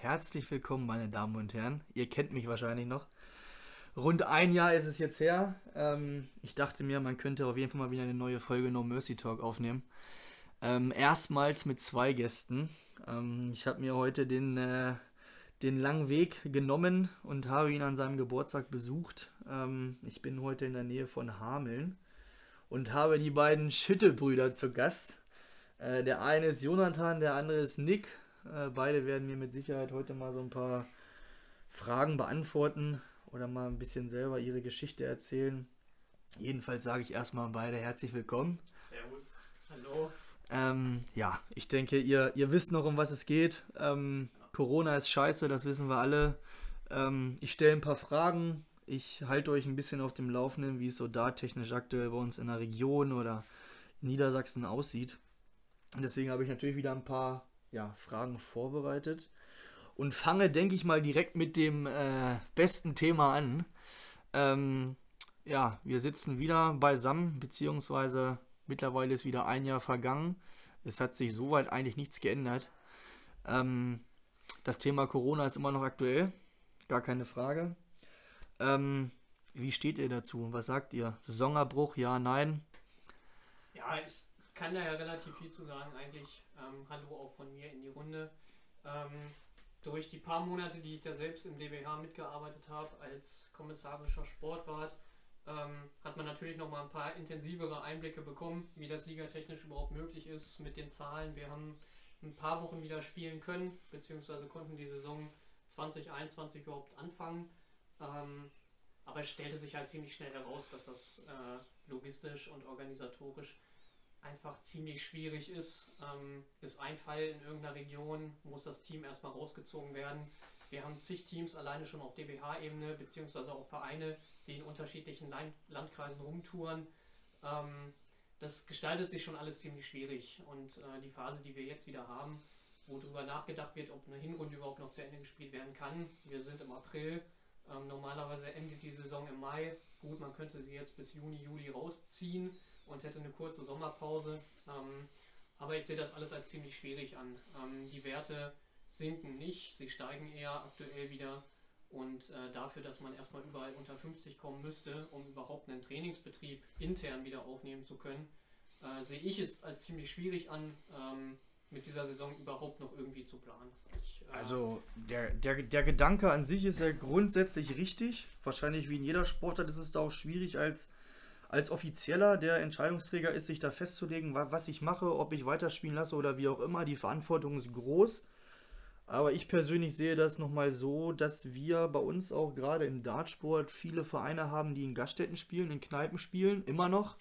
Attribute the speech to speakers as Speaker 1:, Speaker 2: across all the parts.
Speaker 1: Herzlich willkommen, meine Damen und Herren. Ihr kennt mich wahrscheinlich noch. Rund ein Jahr ist es jetzt her. Ich dachte mir, man könnte auf jeden Fall mal wieder eine neue Folge No Mercy Talk aufnehmen. Erstmals mit 2 Gästen. Ich habe mir heute den langen Weg genommen und habe ihn an seinem Geburtstag besucht. Ich bin heute in der Nähe von Hameln und habe die beiden Schütte-Brüder zu Gast. Der eine ist Jonathan, der andere ist Nick. Beide werden mir mit Sicherheit heute mal so ein paar Fragen beantworten oder mal ein bisschen selber ihre Geschichte erzählen. Jedenfalls sage ich erstmal beide herzlich willkommen.
Speaker 2: Servus. Hallo.
Speaker 1: Ja, ich denke, ihr wisst noch, um was es geht. Corona ist scheiße, das wissen wir alle. Ich stelle ein paar Fragen. Ich halte euch ein bisschen auf dem Laufenden, wie es so dattechnisch aktuell bei uns in der Region oder in Niedersachsen aussieht. Und deswegen habe ich natürlich wieder ein paar Fragen vorbereitet. Und fange, denke ich mal, direkt mit dem besten Thema an. Wir sitzen wieder beisammen, beziehungsweise mittlerweile ist wieder ein Jahr vergangen. Es hat sich soweit eigentlich nichts geändert. Das Thema Corona ist immer noch aktuell, gar keine Frage. Wie steht ihr dazu? Was sagt ihr? Saisonabbruch, ja, nein?
Speaker 2: Ja, ich kann da ja relativ viel zu sagen eigentlich. Hallo auch von mir in die Runde. Durch die paar Monate, die ich da selbst im DBH mitgearbeitet habe als kommissarischer Sportwart, hat man natürlich noch mal ein paar intensivere Einblicke bekommen, wie das ligatechnisch überhaupt möglich ist mit den Zahlen. Wir haben ein paar Wochen wieder spielen können, beziehungsweise konnten die Saison 2021 überhaupt anfangen. Aber es stellte sich halt ziemlich schnell heraus, dass das logistisch und organisatorisch einfach ziemlich schwierig ist. Ist ein Fall in irgendeiner Region, muss das Team erstmal rausgezogen werden. Wir haben zig Teams alleine schon auf DBH-Ebene, beziehungsweise auch Vereine, die in unterschiedlichen Landkreisen rumtouren. Das gestaltet sich schon alles ziemlich schwierig. Und die Phase, die wir jetzt wieder haben, wo darüber nachgedacht wird, ob eine Hinrunde überhaupt noch zu Ende gespielt werden kann. Wir sind im April, normalerweise endet die Saison im Mai. Gut, man könnte sie jetzt bis Juni, Juli rausziehen und hätte eine kurze Sommerpause. Aber ich sehe das alles als ziemlich schwierig an. Die Werte sinken nicht, sie steigen eher aktuell wieder. Und dafür, dass man erstmal überall unter 50 kommen müsste, um überhaupt einen Trainingsbetrieb intern wieder aufnehmen zu können, sehe ich es als ziemlich schwierig an, mit dieser Saison überhaupt noch irgendwie zu planen.
Speaker 1: Also der Gedanke an sich ist ja grundsätzlich richtig. Wahrscheinlich wie in jeder Sportart ist es da auch schwierig als Offizieller, der Entscheidungsträger ist, sich da festzulegen, was ich mache, ob ich weiterspielen lasse oder wie auch immer. Die Verantwortung ist groß. Aber ich persönlich sehe das nochmal so, dass wir bei uns auch gerade im Dartsport viele Vereine haben, die in Gaststätten spielen, in Kneipen spielen, immer noch.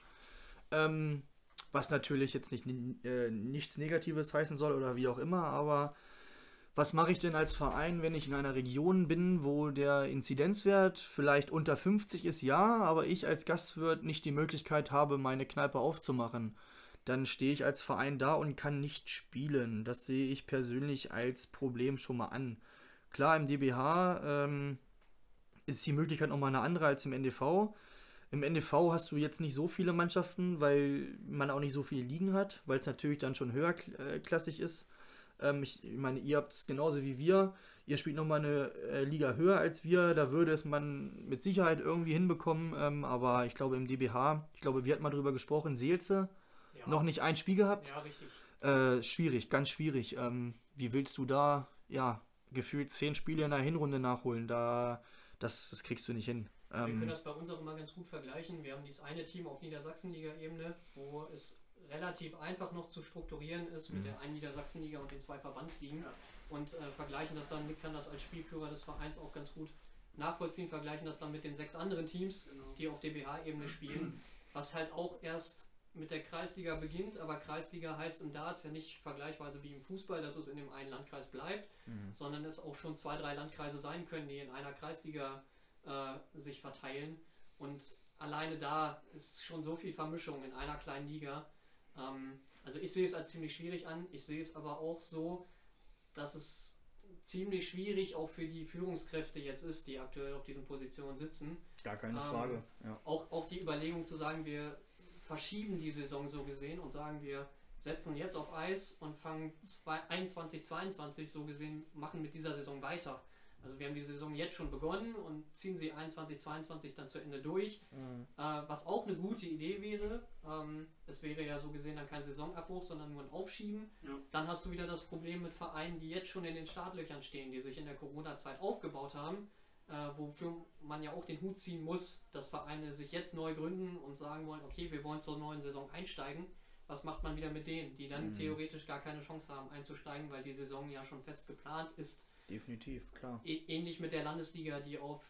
Speaker 1: Was natürlich jetzt nichts Negatives heißen soll oder wie auch immer, aber was mache ich denn als Verein, wenn ich in einer Region bin, wo der Inzidenzwert vielleicht unter 50 ist, ja, aber ich als Gastwirt nicht die Möglichkeit habe, meine Kneipe aufzumachen? Dann stehe ich als Verein da und kann nicht spielen. Das sehe ich persönlich als Problem schon mal an. Klar, im DBH ist die Möglichkeit nochmal eine andere als im NDV. Im NDV hast du jetzt nicht so viele Mannschaften, weil man auch nicht so viele Ligen hat, weil es natürlich dann schon höherklassig ist. Ich meine, ihr habt es genauso wie wir. Ihr spielt nochmal eine Liga höher als wir. Da würde es man mit Sicherheit irgendwie hinbekommen. Aber ich glaube im DBH, wir hatten mal drüber gesprochen, Seelze,
Speaker 2: Ja,
Speaker 1: noch nicht ein Spiel gehabt.
Speaker 2: ja, richtig.
Speaker 1: Schwierig, ganz schwierig. Wie willst du da, gefühlt 10 Spiele in der Hinrunde nachholen? Das kriegst du nicht hin.
Speaker 2: Wir können das bei uns auch immer ganz gut vergleichen. Wir haben dieses eine Team auf Niedersachsenliga-Ebene, wo es relativ einfach noch zu strukturieren ist mit der einen Niedersachsenliga und den 2 Verbandsligen und vergleichen das dann, Nick kann das als Spielführer des Vereins auch ganz gut nachvollziehen, vergleichen das dann mit den 6 anderen Teams, die auf DBH-Ebene spielen, was halt auch erst mit der Kreisliga beginnt, aber Kreisliga heißt im Darts ja nicht vergleichsweise wie im Fußball, dass es in dem einen Landkreis bleibt, sondern es auch schon 2, 3 Landkreise sein können, die in einer Kreisliga sich verteilen und alleine da ist schon so viel Vermischung in einer kleinen Liga. Also ich sehe es als ziemlich schwierig an, ich sehe es aber auch so, dass es ziemlich schwierig auch für die Führungskräfte jetzt ist, die aktuell auf diesen Positionen sitzen.
Speaker 1: Gar keine Frage. Ja.
Speaker 2: Auch die Überlegung zu sagen, wir verschieben die Saison so gesehen und sagen, wir setzen jetzt auf Eis und fangen 21, 22 so gesehen, machen mit dieser Saison weiter. Also wir haben die Saison jetzt schon begonnen und ziehen sie 21, 22 dann zu Ende durch, was auch eine gute Idee wäre. Es wäre ja so gesehen dann kein Saisonabbruch, sondern nur ein Aufschieben. Ja. Dann hast du wieder das Problem mit Vereinen, die jetzt schon in den Startlöchern stehen, die sich in der Corona-Zeit aufgebaut haben, wofür man ja auch den Hut ziehen muss, dass Vereine sich jetzt neu gründen und sagen wollen, okay, wir wollen zur neuen Saison einsteigen. Was macht man wieder mit denen, die dann theoretisch gar keine Chance haben einzusteigen, weil die Saison ja schon fest geplant ist?
Speaker 1: Definitiv, klar.
Speaker 2: Ähnlich mit der Landesliga, die auf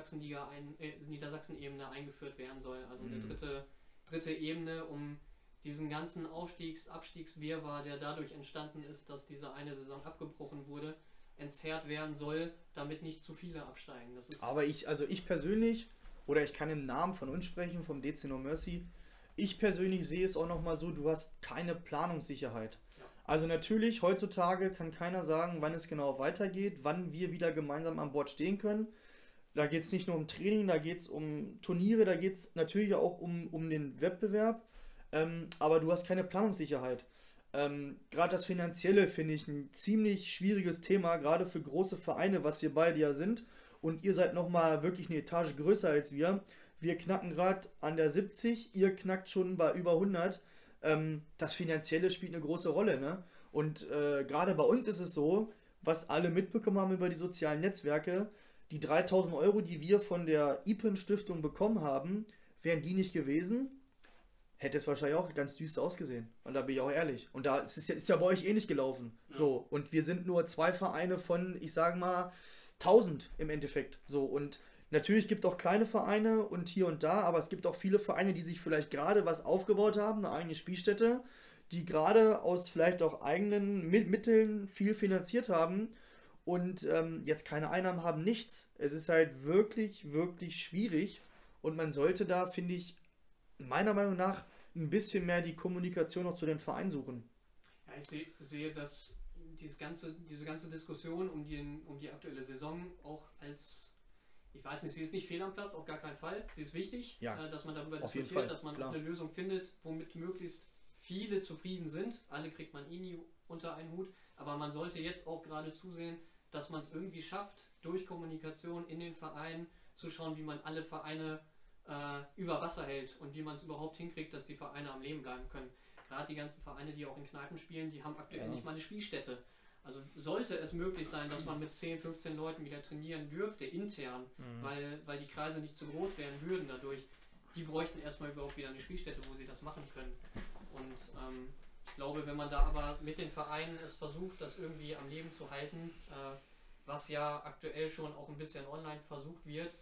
Speaker 2: Niedersachsen-Ebene eingeführt werden soll. Also eine dritte Ebene, um diesen ganzen Abstiegswirrwarr, der dadurch entstanden ist, dass diese eine Saison abgebrochen wurde, entzerrt werden soll, damit nicht zu viele absteigen. Das ist
Speaker 1: aber ich persönlich, oder ich kann im Namen von uns sprechen, vom DC No Mercy, ich persönlich sehe es auch nochmal so, du hast keine Planungssicherheit. Also natürlich, heutzutage kann keiner sagen, wann es genau weitergeht, wann wir wieder gemeinsam an Bord stehen können. Da geht es nicht nur um Training, da geht es um Turniere, da geht es natürlich auch um den Wettbewerb. Aber du hast keine Planungssicherheit. Gerade das Finanzielle finde ich ein ziemlich schwieriges Thema, gerade für große Vereine, was wir beide ja sind. Und ihr seid nochmal wirklich eine Etage größer als wir. Wir knacken gerade an der 70, ihr knackt schon bei über 100. Das Finanzielle spielt eine große Rolle, ne? Und gerade bei uns ist es so, was alle mitbekommen haben über die sozialen Netzwerke, die 3.000 Euro, die wir von der IPEN-Stiftung bekommen haben, wären die nicht gewesen, hätte es wahrscheinlich auch ganz düster ausgesehen. Und da bin ich auch ehrlich. Und da ist ja bei euch ähnlich gelaufen. Ja. So, und wir sind nur 2 Vereine von, ich sage mal, 1.000 im Endeffekt. So, und natürlich gibt es auch kleine Vereine und hier und da, aber es gibt auch viele Vereine, die sich vielleicht gerade was aufgebaut haben, eine eigene Spielstätte, die gerade aus vielleicht auch eigenen Mitteln viel finanziert haben und jetzt keine Einnahmen haben, nichts. Es ist halt wirklich, wirklich schwierig und man sollte da, finde ich, meiner Meinung nach ein bisschen mehr die Kommunikation noch zu den Vereinen suchen.
Speaker 2: Ja, ich sehe, dass diese ganze Diskussion um die aktuelle Saison auch als, ich weiß nicht, sie ist nicht fehl am Platz, auf gar keinen Fall. Sie ist wichtig, dass man darüber diskutiert, dass man auch eine Lösung findet, womit möglichst viele zufrieden sind. Alle kriegt man nie unter einen Hut, aber man sollte jetzt auch gerade zusehen, dass man es irgendwie schafft, durch Kommunikation in den Vereinen zu schauen, wie man alle Vereine über Wasser hält und wie man es überhaupt hinkriegt, dass die Vereine am Leben bleiben können. Gerade die ganzen Vereine, die auch in Kneipen spielen, die haben aktuell nicht mal eine Spielstätte. Also sollte es möglich sein, dass man mit 10, 15 Leuten wieder trainieren dürfte, intern, weil die Kreise nicht zu groß werden würden dadurch, die bräuchten erstmal überhaupt wieder eine Spielstätte, wo sie das machen können. Und ich glaube, wenn man da aber mit den Vereinen es versucht, das irgendwie am Leben zu halten, was ja aktuell schon auch ein bisschen online versucht wird,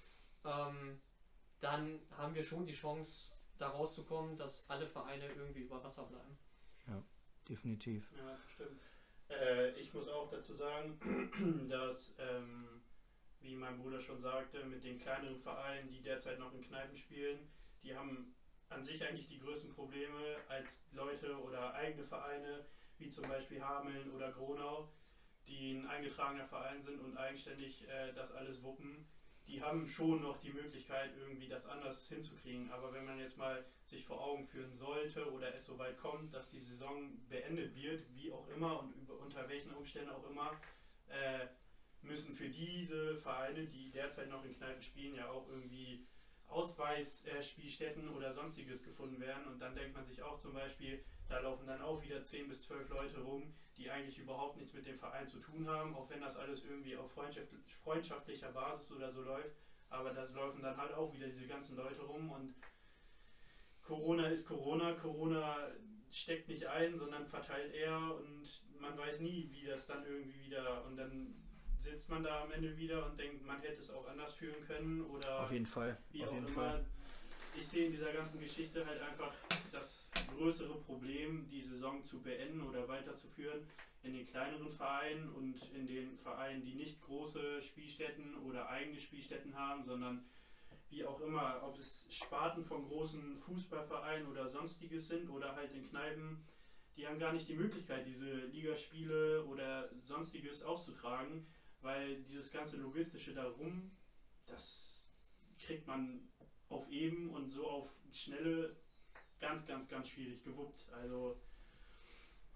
Speaker 2: dann haben wir schon die Chance, da rauszukommen, dass alle Vereine irgendwie über Wasser bleiben.
Speaker 1: Ja, definitiv.
Speaker 3: Ja, stimmt. Ich muss auch dazu sagen, dass, wie mein Bruder schon sagte, mit den kleineren Vereinen, die derzeit noch in Kneipen spielen, die haben an sich eigentlich die größten Probleme als Leute oder eigene Vereine, wie zum Beispiel Hameln oder Gronau, die ein eingetragener Verein sind und eigenständig das alles wuppen. Die haben schon noch die Möglichkeit, irgendwie das anders hinzukriegen. Aber wenn man jetzt mal sich vor Augen führen sollte oder es so weit kommt, dass die Saison beendet wird, wie auch immer und unter welchen Umständen auch immer, müssen für diese Vereine, die derzeit noch in Kneipen spielen, ja auch irgendwie Ausweisspielstätten oder sonstiges gefunden werden. Und dann denkt man sich auch zum Beispiel, da laufen dann auch wieder 10 bis 12 Leute rum, die eigentlich überhaupt nichts mit dem Verein zu tun haben, auch wenn das alles irgendwie auf freundschaftlicher Basis oder so läuft. Aber da laufen dann halt auch wieder diese ganzen Leute rum und Corona ist Corona. Corona steckt nicht ein, sondern verteilt eher und man weiß nie, wie das dann irgendwie wieder, und dann sitzt man da am Ende wieder und denkt, man hätte es auch anders führen können oder
Speaker 1: auf jeden Fall.
Speaker 3: Wie
Speaker 1: auf
Speaker 3: auch
Speaker 1: jeden
Speaker 3: immer.
Speaker 1: Fall.
Speaker 3: Ich sehe in dieser ganzen Geschichte halt einfach das größere Problem, die Saison zu beenden oder weiterzuführen in den kleineren Vereinen und in den Vereinen, die nicht große Spielstätten oder eigene Spielstätten haben, sondern wie auch immer, ob es Sparten von großen Fußballvereinen oder sonstiges sind oder halt in Kneipen, die haben gar nicht die Möglichkeit, diese Ligaspiele oder sonstiges auszutragen, weil dieses ganze Logistische darum, das kriegt man auf eben und so auf Schnelle ganz, ganz, ganz schwierig gewuppt. Also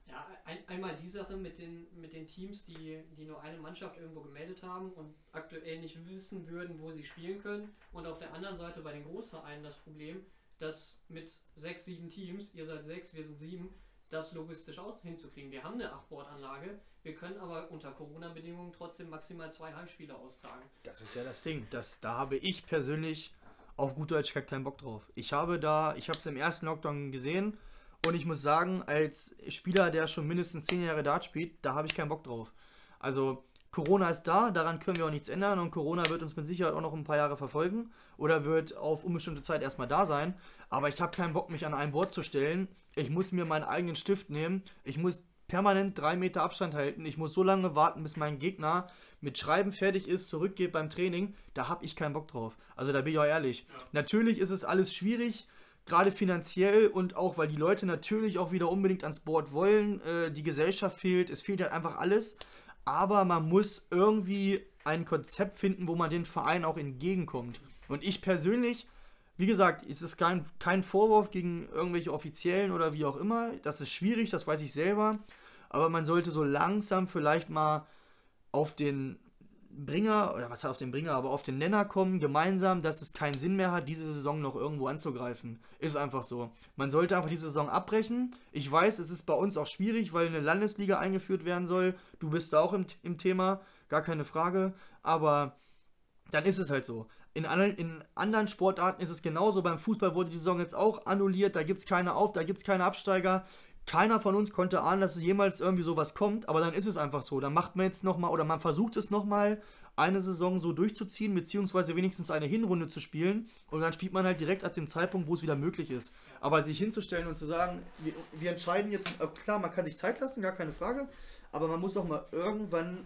Speaker 2: Ja, einmal die Sache mit den Teams, die nur eine Mannschaft irgendwo gemeldet haben und aktuell nicht wissen würden, wo sie spielen können. Und auf der anderen Seite bei den Großvereinen das Problem, dass mit 6, 7 Teams, ihr seid 6, wir sind 7, das logistisch auch hinzukriegen. Wir haben eine 8-Bord-Anlage, wir können aber unter Corona-Bedingungen trotzdem maximal 2 Heimspiele austragen.
Speaker 1: Das ist ja das Ding. Da habe ich persönlich auf gut Deutsch keinen Bock drauf. Ich habe es im ersten Lockdown gesehen und ich muss sagen, als Spieler, der schon mindestens 10 Jahre Dart spielt, da habe ich keinen Bock drauf. Also Corona ist da, daran können wir auch nichts ändern und Corona wird uns mit Sicherheit auch noch ein paar Jahre verfolgen oder wird auf unbestimmte Zeit erstmal da sein. Aber ich habe keinen Bock, mich an ein Board zu stellen. Ich muss mir meinen eigenen Stift nehmen. Ich muss permanent 3 Meter Abstand halten. Ich muss so lange warten, bis mein Gegner mit Schreiben fertig ist, zurückgeht beim Training. Da habe ich keinen Bock drauf. Also da bin ich auch ehrlich. Ja. Natürlich ist es alles schwierig, gerade finanziell und auch, weil die Leute natürlich auch wieder unbedingt ans Board wollen. Die Gesellschaft fehlt, es fehlt halt einfach alles. Aber man muss irgendwie ein Konzept finden, wo man den Verein auch entgegenkommt. Und ich persönlich, wie gesagt, es ist kein Vorwurf gegen irgendwelche Offiziellen oder wie auch immer. Das ist schwierig, das weiß ich selber. Aber man sollte so langsam vielleicht mal auf den Bringer, oder was heißt auf den Bringer, aber auf den Nenner kommen, gemeinsam, dass es keinen Sinn mehr hat, diese Saison noch irgendwo anzugreifen. Ist einfach so. Man sollte einfach diese Saison abbrechen. Ich weiß, es ist bei uns auch schwierig, weil eine Landesliga eingeführt werden soll. Du bist da auch im Thema, gar keine Frage. Aber dann ist es halt so. In anderen Sportarten ist es genauso. Beim Fußball wurde die Saison jetzt auch annulliert. Da gibt es keine da gibt es keine Absteiger. Keiner von uns konnte ahnen, dass es jemals irgendwie sowas kommt, aber dann ist es einfach so. Dann macht man jetzt nochmal, oder man versucht es nochmal, eine Saison so durchzuziehen, beziehungsweise wenigstens eine Hinrunde zu spielen und dann spielt man halt direkt ab dem Zeitpunkt, wo es wieder möglich ist. Aber sich hinzustellen und zu sagen, wir entscheiden jetzt, klar, man kann sich Zeit lassen, gar keine Frage, aber man muss auch mal irgendwann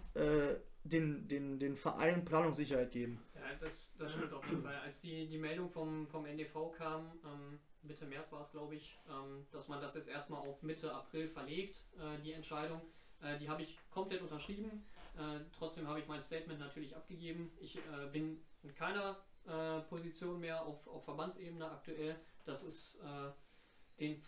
Speaker 1: den Verein Planungssicherheit geben.
Speaker 2: Ja, das stimmt auf jeden Fall. Als die Meldung vom NDV kam, Mitte März war es, glaube ich, dass man das jetzt erstmal auf Mitte April verlegt, die Entscheidung. Die habe ich komplett unterschrieben. Trotzdem habe ich mein Statement natürlich abgegeben. Ich bin in keiner Position mehr auf Verbandsebene aktuell. Das ist den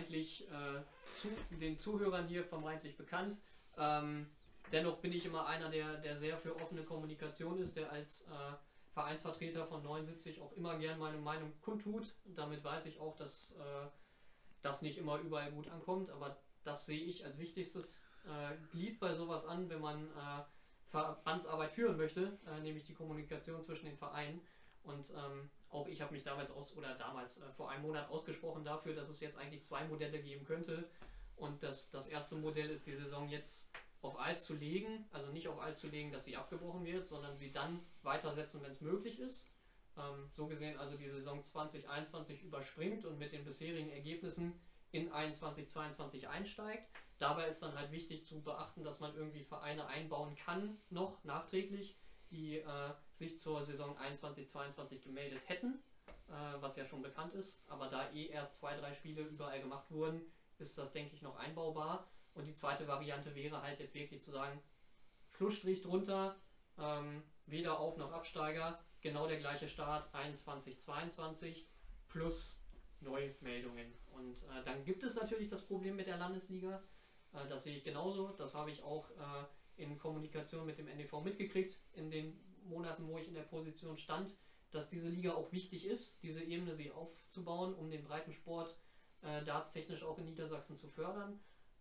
Speaker 2: Zuhörern hier vermeintlich bekannt. Dennoch bin ich immer einer, der sehr für offene Kommunikation ist, der als Vereinsvertreter von 79 auch immer gern meine Meinung kundtut. Damit weiß ich auch, dass das nicht immer überall gut ankommt, aber das sehe ich als wichtigstes Glied bei sowas an, wenn man Verbandsarbeit führen möchte, nämlich die Kommunikation zwischen den Vereinen. Und auch ich habe mich damals vor einem Monat ausgesprochen dafür, dass es jetzt eigentlich 2 Modelle geben könnte. Und das erste Modell ist, die Saison jetzt auf Eis zu legen, also nicht auf Eis zu legen, dass sie abgebrochen wird, sondern sie dann weitersetzen, wenn es möglich ist. So gesehen also die Saison 2021 überspringt und mit den bisherigen Ergebnissen in 21/22 einsteigt. Dabei ist dann halt wichtig zu beachten, dass man irgendwie Vereine einbauen kann, noch nachträglich, die sich zur Saison 21/22 gemeldet hätten, was ja schon bekannt ist. Aber da erst 2, 3 Spiele überall gemacht wurden, ist das, denke ich, noch einbaubar. Und die zweite Variante wäre halt jetzt wirklich zu sagen, Schlussstrich drunter, weder Auf- noch Absteiger, genau der gleiche Start 21/22 plus Neumeldungen. Und dann gibt es natürlich das Problem mit der Landesliga. Das sehe ich genauso. Das habe ich auch in Kommunikation mit dem NDV mitgekriegt, in den Monaten, wo ich in der Position stand, dass diese Liga auch wichtig ist, diese Ebene sie aufzubauen, um den breiten Sport dartstechnisch auch in Niedersachsen zu fördern.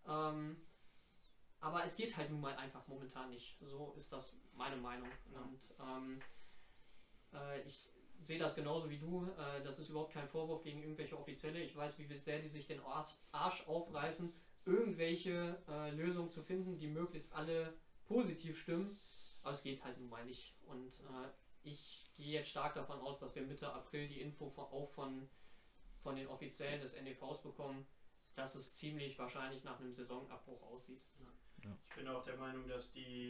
Speaker 2: Aber es geht halt nun mal einfach momentan nicht. So ist das meine Meinung. Und ich sehe das genauso wie du. Das ist überhaupt kein Vorwurf gegen irgendwelche Offizielle. Ich weiß, wie sehr die sich den Arsch aufreißen, irgendwelche Lösungen zu finden, die möglichst alle positiv stimmen. Aber es geht halt nun mal nicht. Und ich gehe jetzt stark davon aus, dass wir Mitte April die Info auch von den Offiziellen des NDVs bekommen, dass es ziemlich wahrscheinlich nach einem Saisonabbruch aussieht.
Speaker 3: Ja. Ich bin auch der Meinung, dass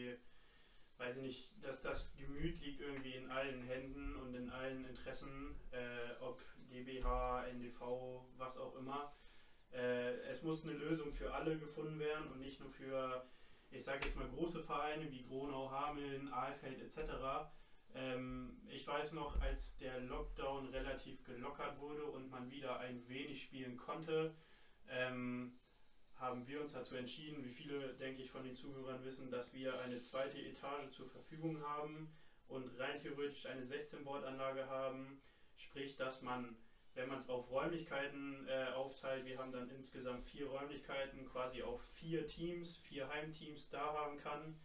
Speaker 3: dass das Gemüt liegt irgendwie in allen Händen und in allen Interessen, ob DBH, NDV, was auch immer. Es muss eine Lösung für alle gefunden werden und nicht nur für, ich sage jetzt mal, große Vereine wie Gronau, Hameln, Ahlfeld etc. Ich weiß noch, als der Lockdown relativ gelockert wurde und man wieder ein wenig spielen konnte, haben wir uns dazu entschieden, wie viele, denke ich, von den Zuhörern wissen, dass wir eine zweite Etage zur Verfügung haben und rein theoretisch eine 16-Bord-Anlage haben. Sprich, dass man, wenn man es auf Räumlichkeiten aufteilt, wir haben dann insgesamt 4 Räumlichkeiten, quasi auf 4 Teams, 4 Heimteams da haben kann,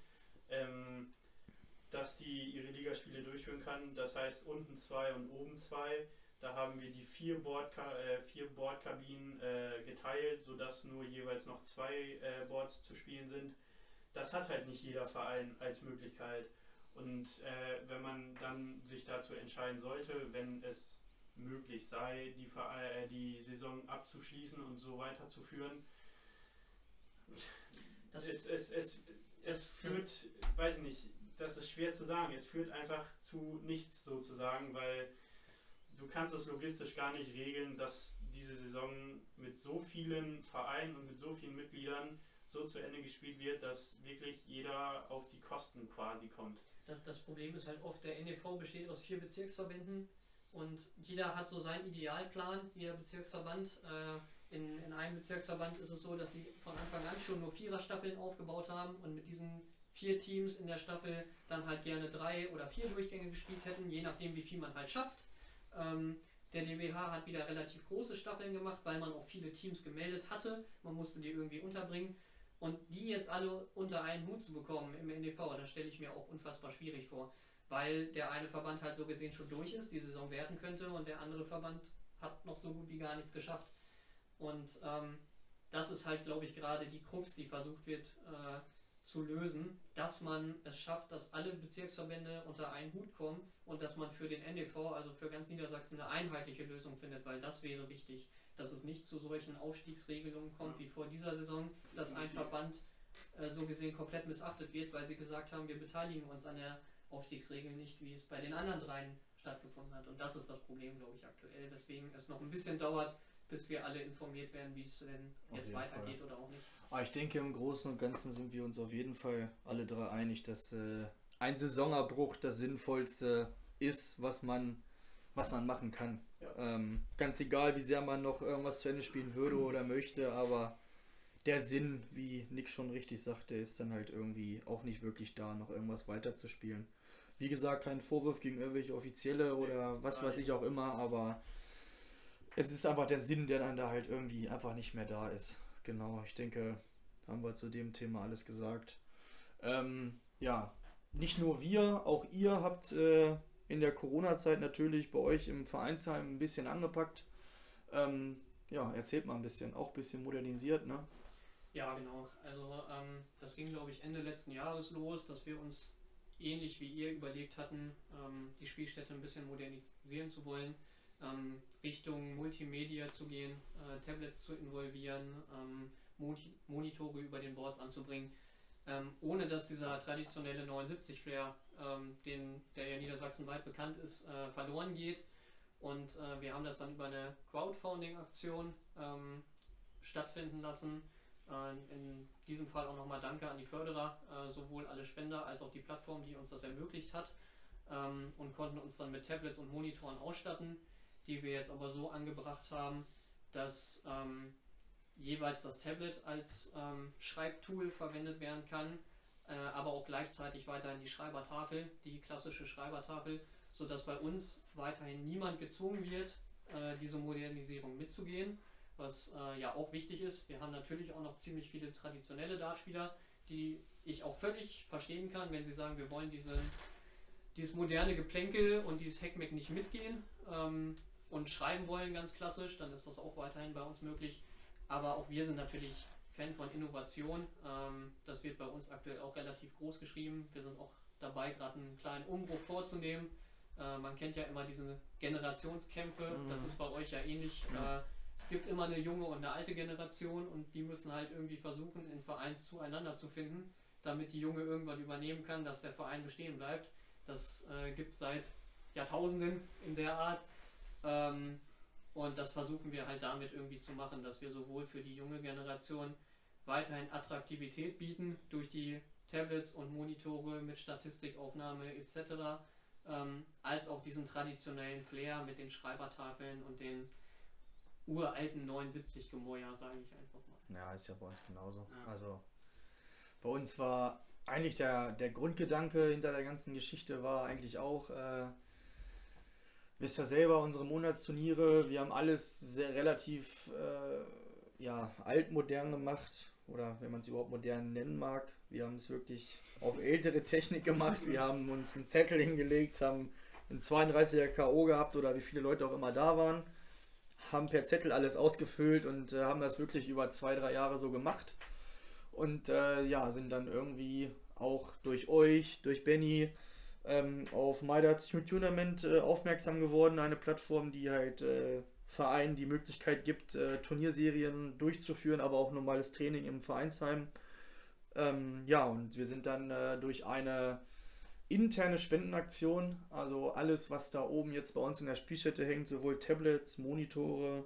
Speaker 3: dass die ihre Ligaspiele durchführen kann. Das heißt unten 2 und oben 2. Da haben wir die 4 Bordkabinen geteilt, sodass nur jeweils noch 2 Boards zu spielen sind. Das hat halt nicht jeder Verein als Möglichkeit. Und wenn man dann sich dazu entscheiden sollte, wenn es möglich sei, die Saison abzuschließen und so weiterzuführen, es führt, weiß ich nicht, das ist schwer zu sagen, es führt einfach zu nichts sozusagen, weil du kannst es logistisch gar nicht regeln, dass diese Saison mit so vielen Vereinen und mit so vielen Mitgliedern so zu Ende gespielt wird, dass wirklich jeder auf die Kosten quasi kommt.
Speaker 2: Das Problem ist halt oft, der NEV besteht aus 4 Bezirksverbänden und jeder hat so seinen Idealplan, jeder Bezirksverband. In einem Bezirksverband ist es so, dass sie von Anfang an schon nur 4er-Staffeln aufgebaut haben und mit diesen 4 Teams in der Staffel dann halt gerne 3 oder 4 Durchgänge gespielt hätten, je nachdem wie viel man halt schafft. Der DBH hat wieder relativ große Staffeln gemacht, weil man auch viele Teams gemeldet hatte. Man musste die irgendwie unterbringen. Und die jetzt alle unter einen Hut zu bekommen im NDV, das stelle ich mir auch unfassbar schwierig vor. Weil der eine Verband halt so gesehen schon durch ist, die Saison werten könnte und der andere Verband hat noch so gut wie gar nichts geschafft. Und das ist halt, glaube ich, gerade die Krux, die versucht wird zu lösen, dass man es schafft, dass alle Bezirksverbände unter einen Hut kommen und dass man für den NDV, also für ganz Niedersachsen, eine einheitliche Lösung findet, weil das wäre wichtig, dass es nicht zu solchen Aufstiegsregelungen kommt wie vor dieser Saison, dass ein Verband so gesehen komplett missachtet wird, weil sie gesagt haben, wir beteiligen uns an der Aufstiegsregel nicht, wie es bei den anderen dreien stattgefunden hat. Und das ist das Problem, glaube ich, aktuell, weswegen es noch ein bisschen dauert, bis wir alle informiert werden, wie es denn jetzt weitergeht oder auch nicht.
Speaker 1: Aber ich denke, im Großen und Ganzen sind wir uns auf jeden Fall alle 3 einig, dass ein Saisonabbruch das Sinnvollste ist, was man machen kann. Ja. Ganz egal, wie sehr man noch irgendwas zu Ende spielen würde oder möchte, aber der Sinn, wie Nick schon richtig sagte, ist dann halt irgendwie auch nicht wirklich da, noch irgendwas weiterzuspielen. Wie gesagt, kein Vorwurf gegen irgendwelche Offizielle oder was weiß ich auch immer, aber es ist einfach der Sinn, der dann da halt irgendwie einfach nicht mehr da ist. Genau, ich denke, da haben wir zu dem Thema alles gesagt. Ja, nicht nur wir, auch ihr habt in der Corona-Zeit natürlich bei euch im Vereinsheim ein bisschen angepackt. Ja, erzählt mal ein bisschen, auch ein bisschen modernisiert, ne?
Speaker 2: Ja, genau. Also das ging, glaube ich, Ende letzten Jahres los, dass wir uns ähnlich wie ihr überlegt hatten, die Spielstätte ein bisschen modernisieren zu wollen, Richtung Multimedia zu gehen, Tablets zu involvieren, Monitore über den Boards anzubringen, ohne dass dieser traditionelle 79-Flair, der ja niedersachsenweit bekannt ist, verloren geht. Und wir haben das dann über eine Crowdfunding-Aktion stattfinden lassen. In diesem Fall auch nochmal Danke an die Förderer, sowohl alle Spender als auch die Plattform, die uns das ermöglicht hat, und konnten uns dann mit Tablets und Monitoren ausstatten, die wir jetzt aber so angebracht haben, dass jeweils das Tablet als Schreibtool verwendet werden kann, aber auch gleichzeitig weiterhin die Schreibertafel, die klassische Schreibertafel, sodass bei uns weiterhin niemand gezwungen wird, diese Modernisierung mitzugehen, was ja auch wichtig ist. Wir haben natürlich auch noch ziemlich viele traditionelle Dartspieler, die ich auch völlig verstehen kann, wenn sie sagen, wir wollen dieses moderne Geplänkel und dieses Hackmeck nicht mitgehen und schreiben wollen ganz klassisch, dann ist das auch weiterhin bei uns möglich. Aber auch wir sind natürlich Fan von Innovation. Das wird bei uns aktuell auch relativ groß geschrieben. Wir sind auch dabei, gerade einen kleinen Umbruch vorzunehmen. Man kennt ja immer diese Generationskämpfe, das ist bei euch ja ähnlich. Es gibt immer eine junge und eine alte Generation und die müssen halt irgendwie versuchen, in Verein zueinander zu finden, damit die junge irgendwann übernehmen kann, dass der Verein bestehen bleibt. Das gibt es seit Jahrtausenden in der Art. Und das versuchen wir halt damit irgendwie zu machen, dass wir sowohl für die junge Generation weiterhin Attraktivität bieten durch die Tablets und Monitore mit Statistikaufnahme etc., als auch diesen traditionellen Flair mit den Schreibertafeln und den uralten 79-Gemäuer, sage ich einfach mal.
Speaker 1: Ja, ist ja bei uns genauso.
Speaker 3: Ja.
Speaker 1: Also bei uns war eigentlich der Grundgedanke hinter der ganzen Geschichte war eigentlich auch, wisst ihr selber, unsere Monatsturniere, wir haben alles sehr relativ altmodern gemacht oder wenn man es überhaupt modern nennen mag. Wir haben es wirklich auf ältere Technik gemacht. Wir haben uns einen Zettel hingelegt, haben einen 32er K.O. gehabt oder wie viele Leute auch immer da waren, haben per Zettel alles ausgefüllt und haben das wirklich über 2, 3 Jahre so gemacht. Und sind dann irgendwie auch durch euch, durch Benny, auf Maidatz Tournament aufmerksam geworden. Eine Plattform, die halt Vereinen die Möglichkeit gibt, Turnierserien durchzuführen, aber auch normales Training im Vereinsheim. Und wir sind dann durch eine interne Spendenaktion, also alles, was da oben jetzt bei uns in der Spielstätte hängt, sowohl Tablets, Monitore,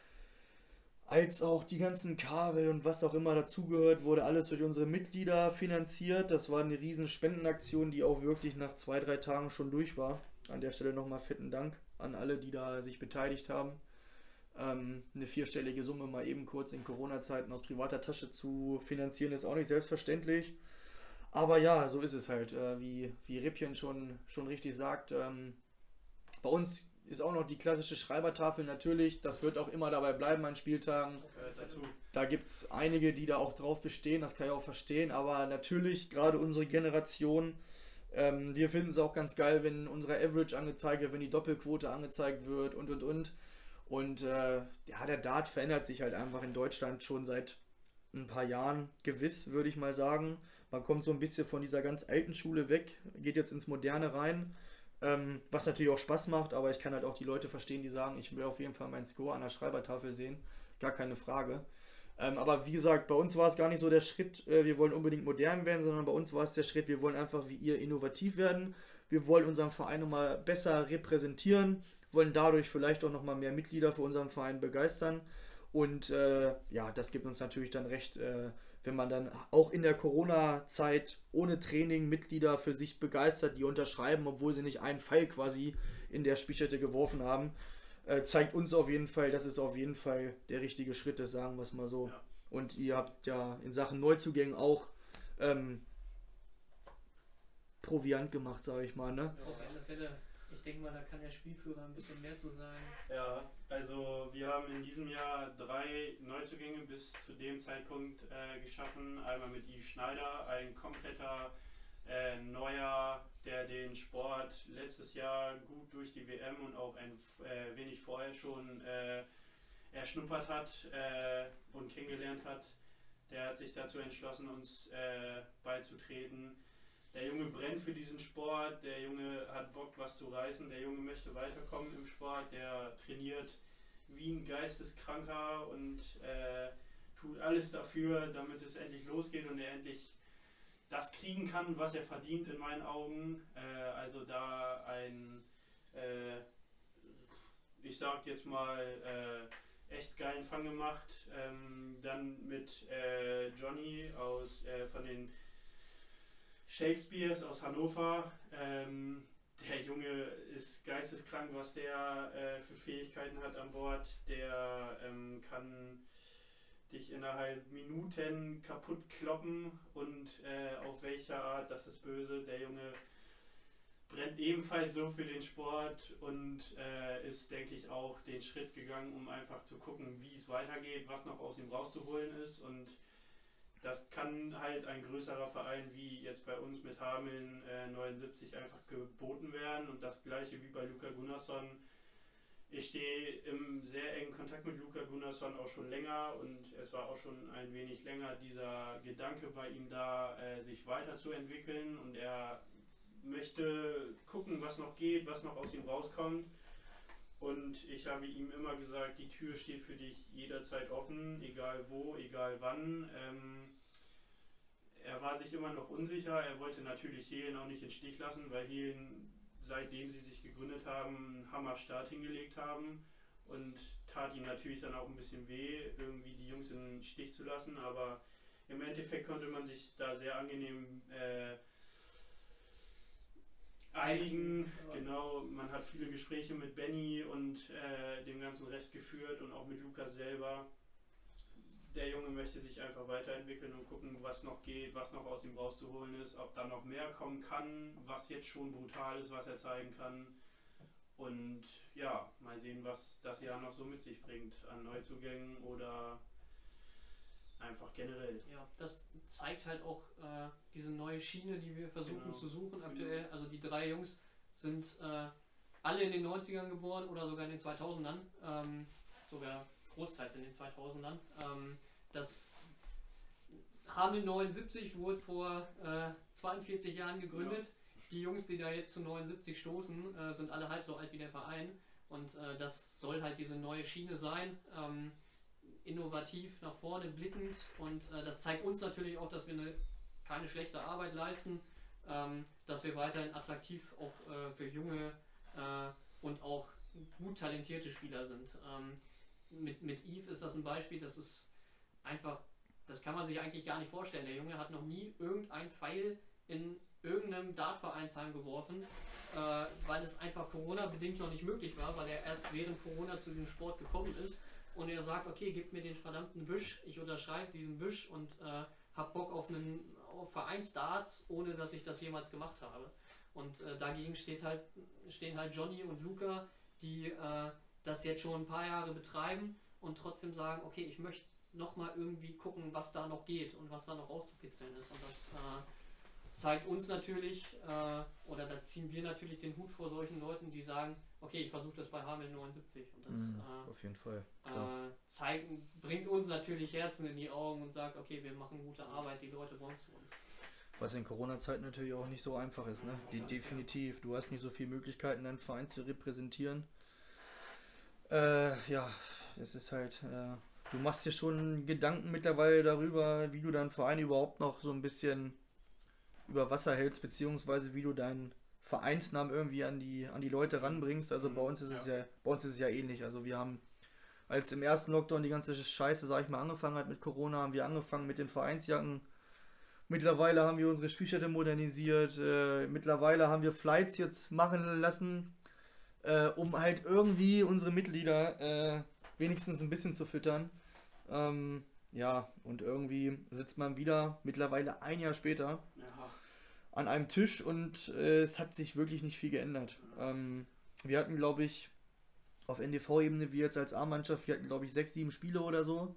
Speaker 1: als auch die ganzen Kabel und was auch immer dazugehört, wurde alles durch unsere Mitglieder finanziert. Das war eine riesen Spendenaktion, die auch wirklich nach 2, 3 Tagen schon durch war. An der Stelle nochmal fetten Dank an alle, die da sich beteiligt haben. Eine 4-stellige Summe mal eben kurz in Corona-Zeiten aus privater Tasche zu finanzieren, ist auch nicht selbstverständlich. Aber ja, so ist es halt, wie Rippchen schon richtig sagt. Bei uns ist auch noch die klassische Schreibertafel natürlich. Das wird auch immer dabei bleiben an Spieltagen.
Speaker 3: Dazu.
Speaker 1: Da gibt es einige, die da auch drauf bestehen, das kann ich auch verstehen. Aber natürlich, gerade unsere Generation, wir finden es auch ganz geil, wenn unsere Average angezeigt wird, wenn die Doppelquote angezeigt wird und. Und der Dart verändert sich halt einfach in Deutschland schon seit ein paar Jahren, gewiss, würde ich mal sagen. Man kommt so ein bisschen von dieser ganz alten Schule weg, geht jetzt ins Moderne rein, was natürlich auch Spaß macht, aber ich kann halt auch die Leute verstehen, die sagen, ich will auf jeden Fall meinen Score an der Schreibertafel sehen, gar keine Frage. Aber wie gesagt, bei uns war es gar nicht so der Schritt, wir wollen unbedingt modern werden, sondern bei uns war es der Schritt, wir wollen einfach wie ihr innovativ werden, wir wollen unseren Verein nochmal besser repräsentieren, wollen dadurch vielleicht auch nochmal mehr Mitglieder für unseren Verein begeistern und das gibt uns natürlich dann recht, wenn man dann auch in der Corona-Zeit ohne Training Mitglieder für sich begeistert, die unterschreiben, obwohl sie nicht einen Pfeil quasi in der Spielstätte geworfen haben, zeigt uns auf jeden Fall, dass es auf jeden Fall der richtige Schritt ist, sagen wir es mal so.
Speaker 3: Ja.
Speaker 1: Und ihr habt ja in Sachen Neuzugängen auch Proviant gemacht, sage ich mal, ne?
Speaker 2: Ja, auf alle Fälle. Ich denke mal, da kann der Spielführer ein bisschen mehr zu sagen.
Speaker 3: Ja, also wir haben in diesem Jahr 3 Neuzugänge bis zu dem Zeitpunkt geschaffen. Einmal mit Yves Schneider, ein kompletter Neuer, der den Sport letztes Jahr gut durch die WM und auch ein wenig vorher schon erschnuppert hat und kennengelernt hat. Der hat sich dazu entschlossen, uns beizutreten. Der Junge brennt für diesen Sport, der Junge hat Bock, was zu reißen, der Junge möchte weiterkommen im Sport, der trainiert wie ein Geisteskranker und tut alles dafür, damit es endlich losgeht und er endlich das kriegen kann, was er verdient in meinen Augen. Also da ein, ich sag jetzt mal, echt geilen Fang gemacht. Dann mit Johnny von den Shakespeares aus Hannover. Der Junge ist geisteskrank, was der für Fähigkeiten hat an Bord. Der kann dich innerhalb Minuten kaputt kloppen und auf welche Art, das ist böse. Der Junge brennt ebenfalls so für den Sport und ist, denke ich, auch den Schritt gegangen, um einfach zu gucken, wie es weitergeht, was noch aus ihm rauszuholen ist. Und das kann halt ein größerer Verein wie jetzt bei uns mit Hameln 79 einfach geboten werden. Und das gleiche wie bei Luca Gunnarsson. Ich stehe im sehr engen Kontakt mit Luca Gunnarsson auch schon länger und es war auch schon ein wenig länger dieser Gedanke bei ihm da, sich weiterzuentwickeln und er möchte gucken, was noch geht, was noch aus ihm rauskommt. Und ich habe ihm immer gesagt, die Tür steht für dich jederzeit offen, egal wo, egal wann. Er war sich immer noch unsicher, er wollte natürlich Helen auch nicht im Stich lassen, weil Helen, seitdem sie sich gegründet haben, einen Hammerstart hingelegt haben und tat ihm natürlich dann auch ein bisschen weh, irgendwie die Jungs im Stich zu lassen, aber im Endeffekt konnte man sich da sehr angenehm einigen. Genau, man hat viele Gespräche mit Benny und dem ganzen Rest geführt und auch mit Lukas selber. der Junge möchte sich einfach weiterentwickeln und gucken, was noch geht, was noch aus ihm rauszuholen ist, ob da noch mehr kommen kann, was jetzt schon brutal ist, was er zeigen kann. Und ja, mal sehen, was das Jahr noch so mit sich bringt an Neuzugängen oder einfach generell.
Speaker 2: Ja, das zeigt halt auch diese neue Schiene, die wir versuchen zu suchen aktuell. Also die 3 Jungs sind alle in den 90ern geboren oder sogar in den 2000ern. Sogar großteils in den 2000ern. Das Hameln 79 wurde vor 42 Jahren gegründet. Ja. Die Jungs, die da jetzt zu 79 stoßen, sind alle halb so alt wie der Verein. Und das soll halt diese neue Schiene sein. Innovativ nach vorne blickend. Und das zeigt uns natürlich auch, dass wir keine schlechte Arbeit leisten. Dass wir weiterhin attraktiv auch für junge und auch gut talentierte Spieler sind. Mit Yves ist das ein Beispiel, das ist einfach, das kann man sich eigentlich gar nicht vorstellen. Der Junge hat noch nie irgendein Pfeil in irgendeinem Dartvereinsheim geworfen, weil es einfach Corona-bedingt noch nicht möglich war, weil er erst während Corona zu dem Sport gekommen ist und er sagt, okay, gib mir den verdammten Wisch, ich unterschreibe diesen Wisch und hab Bock auf Vereinsdarts, ohne dass ich das jemals gemacht habe. Und dagegen stehen halt Johnny und Luca, die das jetzt schon ein paar Jahre betreiben und trotzdem sagen, okay, ich möchte nochmal irgendwie gucken, was da noch geht und was da noch rauszukitzeln ist. Und das zeigt uns natürlich, oder da ziehen wir natürlich den Hut vor solchen Leuten, die sagen, okay, ich versuche das bei Hameln 79. Und das
Speaker 1: auf jeden Fall.
Speaker 2: Bringt uns natürlich Herzen in die Augen und sagt, okay, wir machen gute Arbeit, die Leute wollen zu uns.
Speaker 1: Was in Corona-Zeiten natürlich auch nicht so einfach ist, ne? Definitiv. Du hast nicht so viele Möglichkeiten, deinen Verein zu repräsentieren. Es ist halt, du machst dir schon Gedanken mittlerweile darüber, wie du deinen Verein überhaupt noch so ein bisschen über Wasser hältst, beziehungsweise wie du deinen Vereinsnamen irgendwie an die Leute ranbringst. Also bei uns ist es ja ähnlich. Also wir haben, als im ersten Lockdown die ganze Scheiße, sag ich mal, angefangen hat mit Corona, haben wir angefangen mit den Vereinsjacken. Mittlerweile haben wir unsere Spielstätte modernisiert. Mittlerweile haben wir Flights jetzt machen lassen, um halt irgendwie unsere Mitglieder wenigstens ein bisschen zu füttern. Und irgendwie sitzt man wieder, mittlerweile ein Jahr später, an einem Tisch und es hat sich wirklich nicht viel geändert. Wir hatten, glaube ich, auf NDV-Ebene, wir jetzt als A-Mannschaft, wir hatten, glaube ich, 6, 7 Spiele oder so.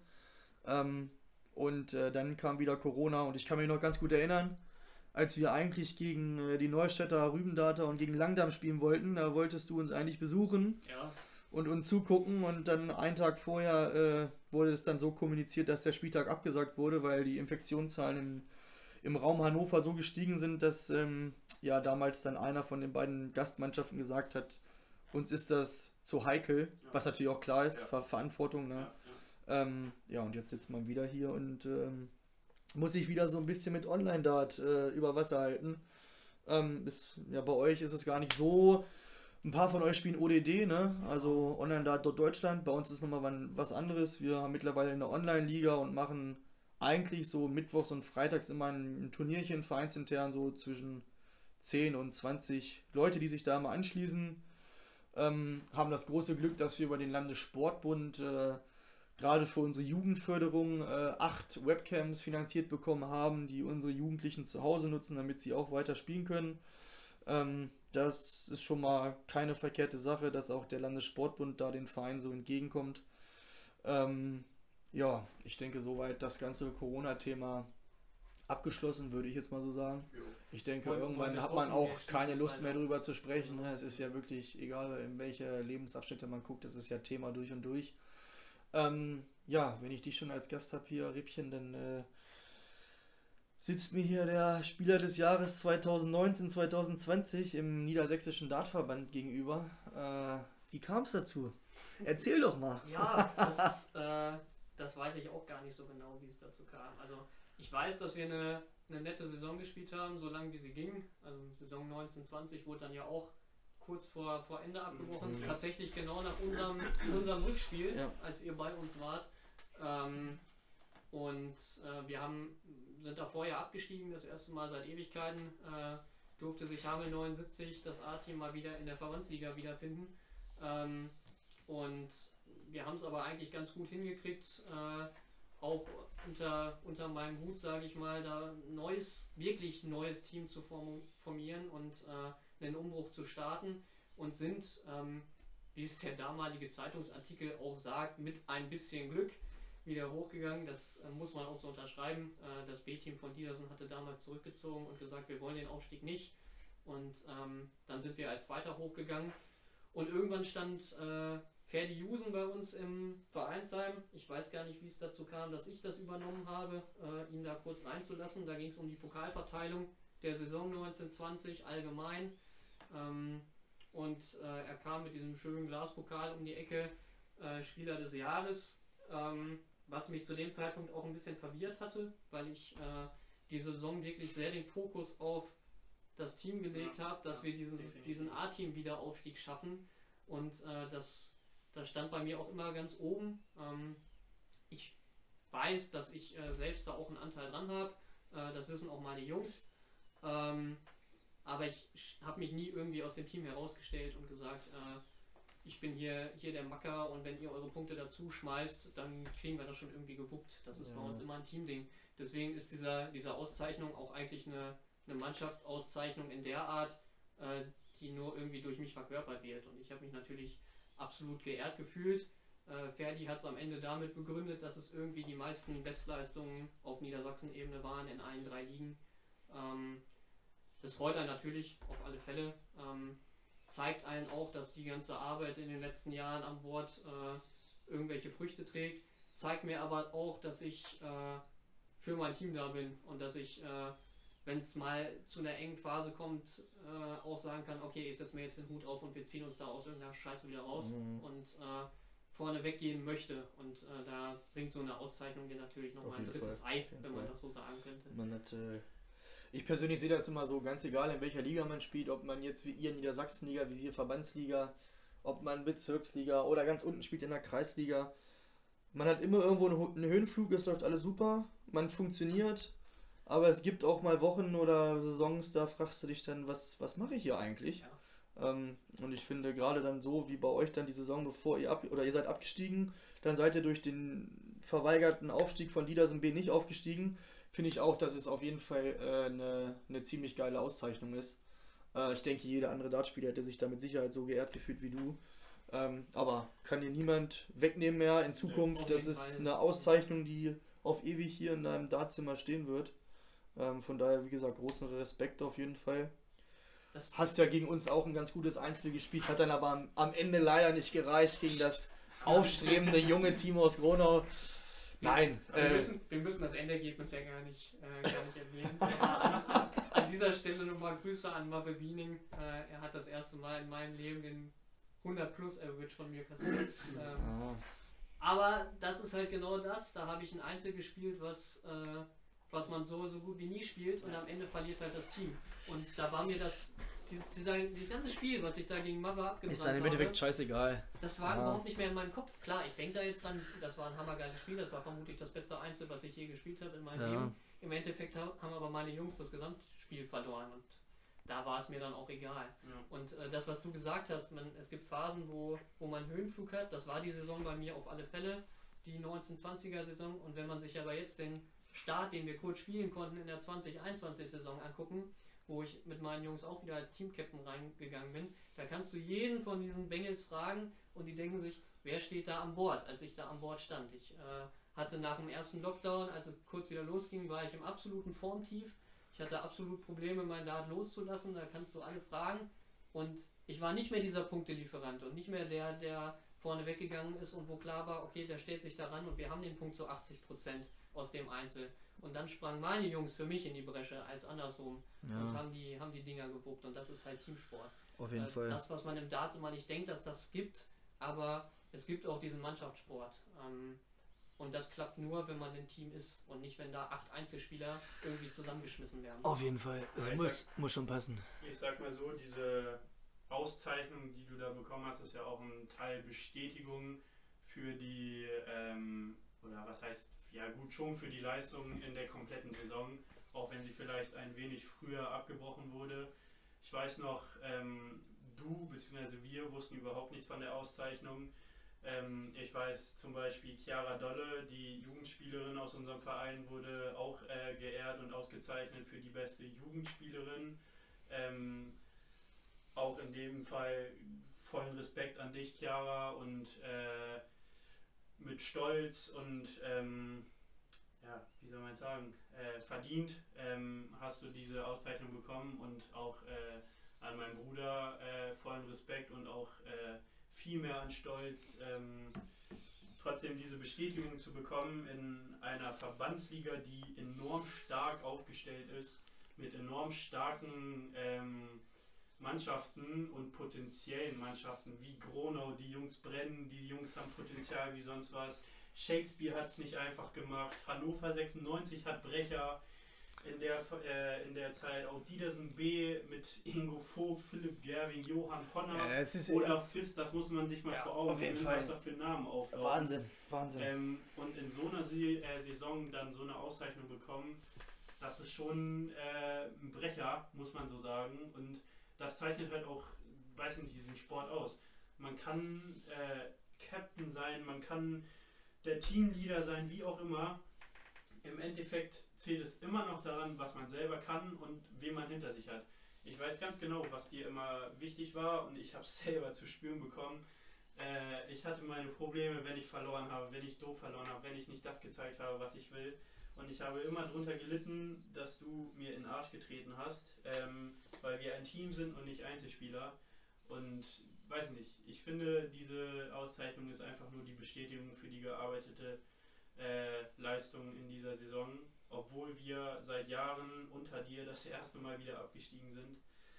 Speaker 1: Dann kam wieder Corona und ich kann mich noch ganz gut erinnern, als wir eigentlich gegen die Neustädter Rübendater und gegen Langdamm spielen wollten, da wolltest du uns eigentlich besuchen und uns zugucken und dann einen Tag vorher wurde es dann so kommuniziert, dass der Spieltag abgesagt wurde, weil die Infektionszahlen im Raum Hannover so gestiegen sind, dass damals dann einer von den beiden Gastmannschaften gesagt hat, uns ist das zu heikel, was natürlich auch klar ist, Verantwortung, ne? Und jetzt sitzt man wieder hier und muss sich wieder so ein bisschen mit Online-Dart über Wasser halten. Bei euch ist es gar nicht so. Ein paar von euch spielen ODD, ne? Also Online-Dart Deutschland. Bei uns ist nochmal was anderes. Wir haben mittlerweile eine Online-Liga und machen eigentlich so mittwochs und freitags immer ein Turnierchen, vereinsintern, so zwischen 10 und 20 Leute, die sich da mal anschließen. Haben das große Glück, dass wir über den Landessportbund gerade für unsere Jugendförderung 8 Webcams finanziert bekommen haben, die unsere Jugendlichen zu Hause nutzen, damit sie auch weiter spielen können. Das ist schon mal keine verkehrte Sache, dass auch der Landessportbund da den Verein so entgegenkommt. Ich denke, soweit das ganze Corona-Thema abgeschlossen, würde ich jetzt mal so sagen. Jo. Ich denke, irgendwann hat man auch keine Lust mehr drüber zu sprechen. Ne? Es ist ja wirklich, egal in welche Lebensabschnitte man guckt, das ist ja Thema durch und durch. Wenn ich dich schon als Gast habe hier, Rippchen, dann sitzt mir hier der Spieler des Jahres 2019, 2020 im Niedersächsischen Dartverband gegenüber. Wie kam es dazu? Erzähl doch mal.
Speaker 2: Ja, das weiß ich auch gar nicht so genau, wie es dazu kam. Also ich weiß, dass wir eine nette Saison gespielt haben, so lange wie sie ging. Also Saison 1920 wurde dann ja auch kurz vor Ende abgebrochen. Mhm. Tatsächlich genau nach unserem Rückspiel, als ihr bei uns wart. Wir sind davor ja abgestiegen, das erste Mal seit Ewigkeiten. Durfte sich Hameln 79, das A-Team, mal wieder in der Verbandsliga wiederfinden. Und wir haben es aber eigentlich ganz gut hingekriegt, auch unter meinem Hut, sage ich mal, da ein wirklich neues Team zu formieren und einen Umbruch zu starten und sind, wie es der damalige Zeitungsartikel auch sagt, mit ein bisschen Glück wieder hochgegangen. Das muss man auch so unterschreiben. Das B-Team von Dietersen hatte damals zurückgezogen und gesagt, wir wollen den Aufstieg nicht. Und dann sind wir als Zweiter hochgegangen. Und irgendwann stand Ferdi Jusen bei uns im Vereinsheim. Ich weiß gar nicht, wie es dazu kam, dass ich das übernommen habe, ihn da kurz reinzulassen. Da ging es um die Pokalverteilung der Saison 1920 allgemein. Und er kam mit diesem schönen Glaspokal um die Ecke, Spieler des Jahres, was mich zu dem Zeitpunkt auch ein bisschen verwirrt hatte, weil ich die Saison wirklich sehr den Fokus auf das Team gelegt habe, dass wir diesen A-Team-Wiederaufstieg schaffen. Und das stand bei mir auch immer ganz oben. Ich weiß, dass ich selbst da auch einen Anteil dran habe. Das wissen auch meine Jungs. Aber ich habe mich nie irgendwie aus dem Team herausgestellt und gesagt, ich bin hier der Macker und wenn ihr eure Punkte dazu schmeißt, dann kriegen wir das schon irgendwie gewuppt. Das ist bei uns immer ein Teamding. Deswegen ist diese Auszeichnung auch eigentlich eine Mannschaftsauszeichnung in der Art, die nur irgendwie durch mich verkörpert wird. Und ich habe mich natürlich absolut geehrt gefühlt. Ferdi hat es am Ende damit begründet, dass es irgendwie die meisten Bestleistungen auf Niedersachsen-Ebene waren in allen 3 Ligen. Das freut einen natürlich auf alle Fälle. Zeigt einen auch, dass die ganze Arbeit in den letzten Jahren an Bord irgendwelche Früchte trägt. Zeigt mir aber auch, dass ich für mein Team da bin und dass ich, wenn es mal zu einer engen Phase kommt, auch sagen kann, okay, ich setze mir jetzt den Hut auf und wir ziehen uns da aus irgendeiner Scheiße wieder raus und vorne weggehen möchte. Und da bringt so eine Auszeichnung dir natürlich nochmal ein drittes Ei, wenn man das so sagen könnte.
Speaker 1: Ich persönlich sehe das immer so, ganz egal in welcher Liga man spielt, ob man jetzt wie ihr in Niedersachsenliga, wie wir Verbandsliga, ob man Bezirksliga oder ganz unten spielt in der Kreisliga. Man hat immer irgendwo einen Höhenflug, es läuft alles super, man funktioniert, aber es gibt auch mal Wochen oder Saisons, da fragst du dich dann, was mache ich hier eigentlich? Ja. Und ich finde gerade dann so wie bei euch dann die Saison, bevor ihr ihr seid abgestiegen, dann seid ihr durch den verweigerten Aufstieg von Dietersen B nicht aufgestiegen. Finde ich auch, dass es auf jeden Fall eine ziemlich geile Auszeichnung ist. Ich denke, jeder andere Dartspieler hätte sich da mit Sicherheit so geehrt gefühlt wie du. Aber kann dir niemand wegnehmen mehr in Zukunft. Das ist eine Auszeichnung, die auf ewig hier in deinem Dartzimmer stehen wird. Von daher, wie gesagt, großen Respekt auf jeden Fall. Hast ja gegen uns auch ein ganz gutes Einzel gespielt, hat dann aber am Ende leider nicht gereicht gegen das aufstrebende junge Team aus Gronau. Nein.
Speaker 2: Wir müssen das Endergebnis ja gar nicht erwähnen. An dieser Stelle nochmal Grüße an Mabbe Wiening. Er hat das erste Mal in meinem Leben den 100+ Average von mir kassiert. Aber das ist halt genau das. Da habe ich ein Einzel gespielt, was man so gut wie nie spielt und am Ende verliert halt das Team. Und da war mir dieses ganze Spiel, was ich da gegen Mabbe abgebrannt habe,
Speaker 1: ist dann im Endeffekt scheißeigal.
Speaker 2: Das war überhaupt nicht mehr in meinem Kopf. Klar, ich denke da jetzt dran, das war ein hammergeiles Spiel, das war vermutlich das beste Einzel, was ich je gespielt habe in meinem Leben. Im Endeffekt haben aber meine Jungs das Gesamtspiel verloren und da war es mir dann auch egal. Ja. Und das, was du gesagt hast, es gibt Phasen, wo man Höhenflug hat, das war die Saison bei mir auf alle Fälle, die 1920er Saison, und wenn man sich aber jetzt den Start, den wir kurz spielen konnten in der 2021-Saison angucken, wo ich mit meinen Jungs auch wieder als Team-Captain reingegangen bin, da kannst du jeden von diesen Bengels fragen und die denken sich, wer steht da an Bord, als ich da an Bord stand. Ich hatte nach dem ersten Lockdown, als es kurz wieder losging, war ich im absoluten Formtief. Ich hatte absolut Probleme, meinen Laden loszulassen, da kannst du alle fragen. Und ich war nicht mehr dieser Punktelieferant und nicht mehr der vorne weggegangen ist und wo klar war, okay, der stellt sich daran und wir haben den Punkt zu 80% aus dem Einzel. Und dann sprangen meine Jungs für mich in die Bresche als andersrum und haben die Dinger gewuppt. Und das ist halt Teamsport.
Speaker 1: Auf jeden Fall.
Speaker 2: Das, was man im Darts immer nicht denkt, dass das gibt, aber es gibt auch diesen Mannschaftssport. Und das klappt nur, wenn man ein Team ist und nicht, wenn da 8 Einzelspieler irgendwie zusammengeschmissen werden.
Speaker 1: Auf jeden Fall. Das muss schon passen.
Speaker 3: Ich sag mal so, diese Auszeichnung, die du da bekommen hast, ist ja auch ein Teil Bestätigung für die, oder was heißt, ja gut, schon für die Leistung in der kompletten Saison, auch wenn sie vielleicht ein wenig früher abgebrochen wurde. Ich weiß noch, du bzw. wir wussten überhaupt nichts von der Auszeichnung. Ich weiß zum Beispiel Chiara Dolle, die Jugendspielerin aus unserem Verein, wurde auch geehrt und ausgezeichnet für die beste Jugendspielerin. Auch in dem Fall vollen Respekt an dich, Chiara, und mit Stolz und wie soll man sagen, verdient hast du diese Auszeichnung bekommen, und auch an meinen Bruder vollen Respekt und auch viel mehr an Stolz, trotzdem diese Bestätigung zu bekommen in einer Verbandsliga, die enorm stark aufgestellt ist, mit enorm starken Mannschaften und potenziellen Mannschaften wie Gronau. Die Jungs brennen, die Jungs haben Potenzial wie sonst was. Shakespeare hat es nicht einfach gemacht. Hannover 96 hat Brecher in der Zeit. Auch Dietersen B mit Ingo Vogt, Philipp Gerwin, Johann Honner, Olaf Fist. Das muss man sich mal vor Augen führen, was da für Namen auftauchen.
Speaker 1: Wahnsinn.
Speaker 3: Und in so einer Saison dann so eine Auszeichnung bekommen, das ist schon ein Brecher, muss man so sagen. Und das zeichnet halt auch, weiß nicht, diesen Sport aus. Man kann Captain sein, man kann der Teamleader sein, wie auch immer. Im Endeffekt zählt es immer noch daran, was man selber kann und wen man hinter sich hat. Ich weiß ganz genau, was dir immer wichtig war, und ich habe es selber zu spüren bekommen. Ich hatte meine Probleme, wenn ich verloren habe, wenn ich doof verloren habe, wenn ich nicht das gezeigt habe, was ich will. Und ich habe immer darunter gelitten, dass du mir in den Arsch getreten hast, weil wir ein Team sind und nicht Einzelspieler. Und weiß nicht, ich finde, diese Auszeichnung ist einfach nur die Bestätigung für die gearbeitete Leistung in dieser Saison, obwohl wir seit Jahren unter dir das erste Mal wieder abgestiegen sind.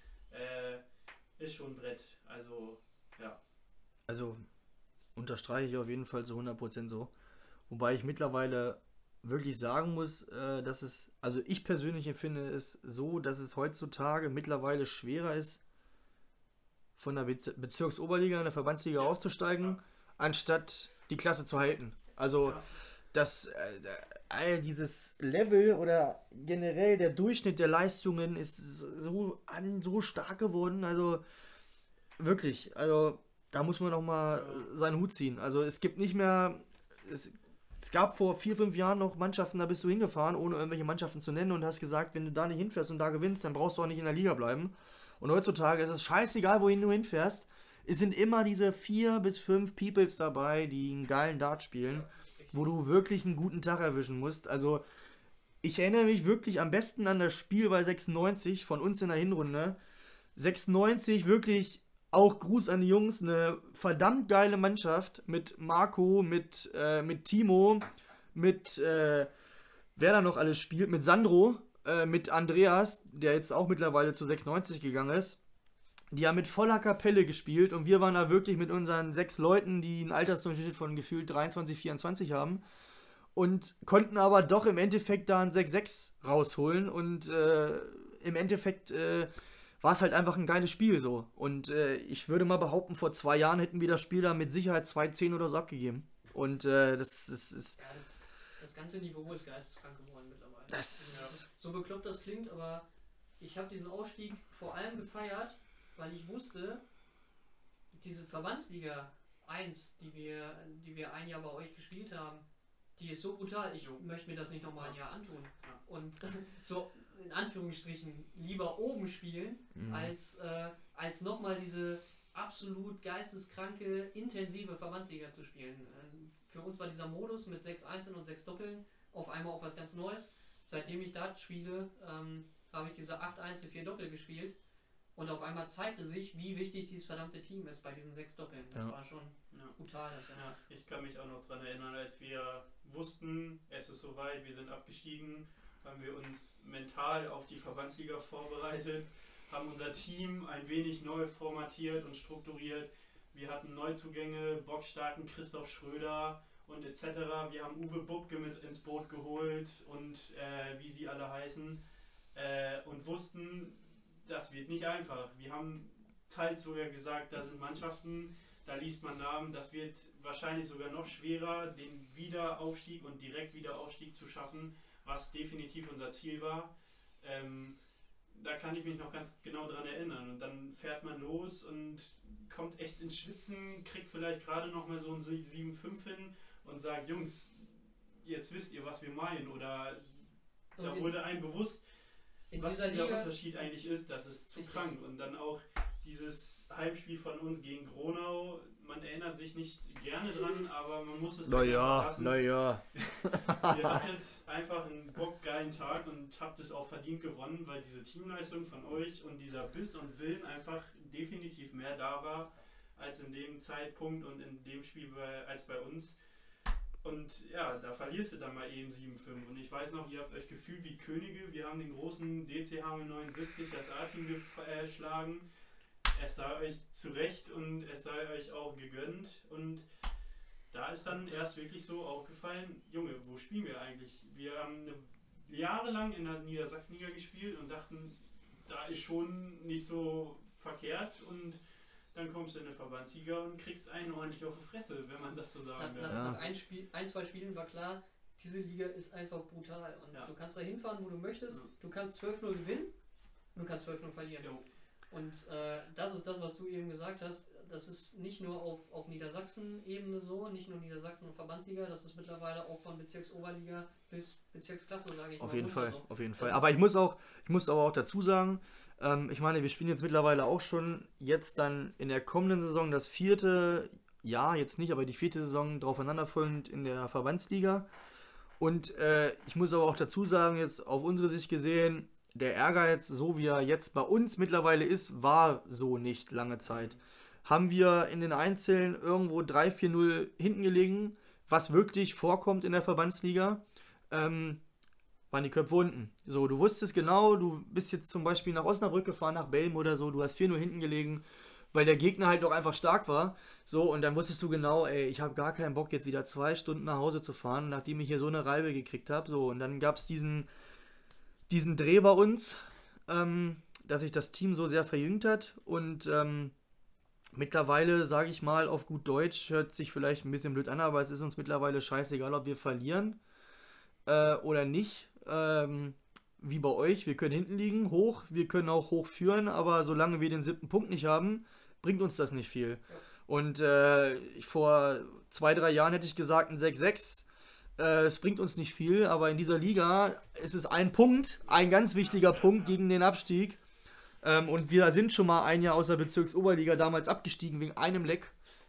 Speaker 3: Ist schon ein Brett, also ja.
Speaker 1: Also unterstreiche ich auf jeden Fall zu 100% so. Wobei ich mittlerweile wirklich sagen muss, dass es, also ich persönlich empfinde es so, dass es heutzutage mittlerweile schwerer ist, von der Bezirksoberliga in der Verbandsliga aufzusteigen, anstatt die Klasse zu halten. Also dass dieses Level oder generell der Durchschnitt der Leistungen ist so stark geworden, also wirklich, also da muss man noch mal seinen Hut ziehen. Also es gibt nicht mehr, es gab vor 4-5 Jahren noch Mannschaften, da bist du hingefahren, ohne irgendwelche Mannschaften zu nennen, und hast gesagt, wenn du da nicht hinfährst und da gewinnst, dann brauchst du auch nicht in der Liga bleiben. Und heutzutage ist es scheißegal, wohin du hinfährst, es sind immer diese 4 bis 5 Peoples dabei, die einen geilen Dart spielen, wo du wirklich einen guten Tag erwischen musst. Also ich erinnere mich wirklich am besten an das Spiel bei 96 von uns in der Hinrunde. 96 wirklich, auch Gruß an die Jungs, eine verdammt geile Mannschaft mit Marco, mit Timo, mit wer da noch alles spielt, mit Sandro, mit Andreas, der jetzt auch mittlerweile zu 96 gegangen ist. Die haben mit voller Kapelle gespielt, und wir waren da wirklich mit unseren 6 Leuten, die einen Altersdurchschnitt von gefühlt 23, 24 haben, und konnten aber doch im Endeffekt da ein 6-6 rausholen, und im Endeffekt war es halt einfach ein geiles Spiel so. Und ich würde mal behaupten, vor 2 Jahren hätten wir das Spiel da mit Sicherheit 2-10 oder so abgegeben. Und das ist...
Speaker 2: Ja, das ganze Niveau ist geisteskrank geworden mittlerweile.
Speaker 1: Das
Speaker 2: so bekloppt das klingt, aber ich habe diesen Aufstieg vor allem gefeiert, weil ich wusste, diese Verbandsliga 1, die wir ein Jahr bei euch gespielt haben, die ist so brutal, ich möchte mir das nicht nochmal ein Jahr antun. Und so in Anführungsstrichen lieber oben spielen, als nochmal diese absolut geisteskranke, intensive Verbandsliga zu spielen. Für uns war dieser Modus mit 6 Einzeln und 6 Doppeln auf einmal auch was ganz Neues. Seitdem ich Dart spiele, habe ich diese 8 Einzel, 4 Doppel gespielt. Und auf einmal zeigte sich, wie wichtig dieses verdammte Team ist bei diesen 6 Doppeln. Das war schon brutal.
Speaker 3: Ja, ich kann mich auch noch daran erinnern, als wir wussten, es ist soweit, wir sind abgestiegen, haben wir uns mental auf die Verbandsliga vorbereitet, haben unser Team ein wenig neu formatiert und strukturiert. Wir hatten Neuzugänge, bockstarken Christoph Schröder und etc. Wir haben Uwe Bubke mit ins Boot geholt und wie sie alle heißen, und wussten, das wird nicht einfach. Wir haben teils sogar gesagt, da sind Mannschaften, da liest man Namen, das wird wahrscheinlich sogar noch schwerer, den Wiederaufstieg und direkt Wiederaufstieg zu schaffen, was definitiv unser Ziel war. da kann ich mich noch ganz genau dran erinnern. Und dann fährt man los und kommt echt ins Schwitzen, kriegt vielleicht gerade noch mal so ein 7-5 hin und sagt, Jungs, jetzt wisst ihr, was wir meinen. Oder da wurde einem bewusst, was dieser Unterschied eigentlich ist, das ist zu krank. Und dann auch dieses Heimspiel von uns gegen Gronau, man erinnert sich nicht gerne dran, aber man muss es lassen. Ihr hattet einfach einen bockgeilen Tag und habt es auch verdient gewonnen, weil diese Teamleistung von euch und dieser Biss und Willen einfach definitiv mehr da war, als in dem Zeitpunkt und in dem Spiel als bei uns. Und ja, da verlierst du dann mal eben 7-5. Und ich weiß noch, ihr habt euch gefühlt wie Könige. Wir haben den großen DCH 79, das A-Team geschlagen. Es sei euch zurecht und es sei euch auch gegönnt. Und da ist dann erst wirklich so aufgefallen, Junge, wo spielen wir eigentlich? Wir haben jahrelang in der Niedersachsenliga gespielt und dachten, da ist schon nicht so verkehrt. Und dann kommst du in eine Verbandsliga und kriegst einen ordentlich auf die Fresse, wenn man das so sagen darf.
Speaker 2: Nach ein, zwei Spielen war klar, diese Liga ist einfach brutal. Und du kannst da hinfahren, wo du möchtest. Du kannst 12-0 gewinnen und du kannst 12-0 verlieren. Jo. Und das ist das, was du eben gesagt hast. Das ist nicht nur auf Niedersachsen-Ebene so, nicht nur Niedersachsen und Verbandsliga, das ist mittlerweile auch von Bezirksoberliga bis Bezirksklasse, sage ich mal.
Speaker 1: Auf jeden Fall, so. Auf jeden Fall. Aber ich muss aber auch dazu sagen, ich meine, wir spielen jetzt mittlerweile auch schon jetzt dann in der kommenden Saison das 4. Jahr, jetzt nicht, aber die 4. Saison drauf aufeinanderfolgend in der Verbandsliga. Und ich muss aber auch dazu sagen, jetzt auf unsere Sicht gesehen, der Ehrgeiz, so wie er jetzt bei uns mittlerweile ist, war so nicht lange Zeit. Haben wir in den Einzelnen irgendwo 3-4-0 hinten gelegen, was wirklich vorkommt in der Verbandsliga, waren die Köpfe unten. So, du wusstest genau, du bist jetzt zum Beispiel nach Osnabrück gefahren, nach Belm oder so, du hast 4-0 hinten gelegen, weil der Gegner halt auch einfach stark war. So, und dann wusstest du genau, ey, ich habe gar keinen Bock, jetzt wieder 2 Stunden nach Hause zu fahren, nachdem ich hier so eine Reibe gekriegt habe. So, und dann gab es diesen Dreh bei uns, dass sich das Team so sehr verjüngt hat und mittlerweile, sage ich mal, auf gut Deutsch, hört sich vielleicht ein bisschen blöd an, aber es ist uns mittlerweile scheißegal, ob wir verlieren oder nicht. Wie bei euch, wir können hinten liegen, hoch, wir können auch hoch führen, aber solange wir den 7. Punkt nicht haben, bringt uns das nicht viel. Ja. Und vor 2-3 Jahren hätte ich gesagt, ein 6-6, es bringt uns nicht viel, aber in dieser Liga ist es ein Punkt, ein ganz wichtiger Punkt gegen den Abstieg. Und wir sind schon mal ein Jahr aus der Bezirksoberliga damals abgestiegen wegen einem Leck.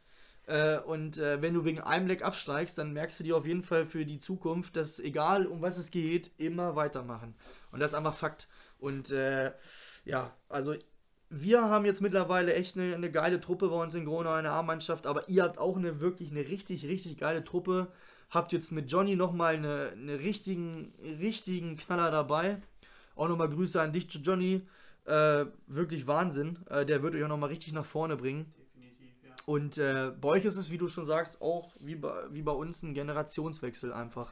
Speaker 1: Und wenn du wegen einem Leck absteigst, dann merkst du dir auf jeden Fall für die Zukunft, dass egal um was es geht, immer weitermachen. Und das ist einfach Fakt. Und also wir haben jetzt mittlerweile echt eine geile Truppe bei uns in Gronau, eine A-Mannschaft, aber ihr habt auch wirklich eine richtig, richtig geile Truppe. Habt jetzt mit Johnny nochmal einen richtigen Knaller dabei. Auch nochmal Grüße an dich, Johnny. Wirklich Wahnsinn. Der wird euch auch nochmal richtig nach vorne bringen. Definitiv, ja. Und bei euch ist es, wie du schon sagst, auch wie bei uns ein Generationswechsel einfach.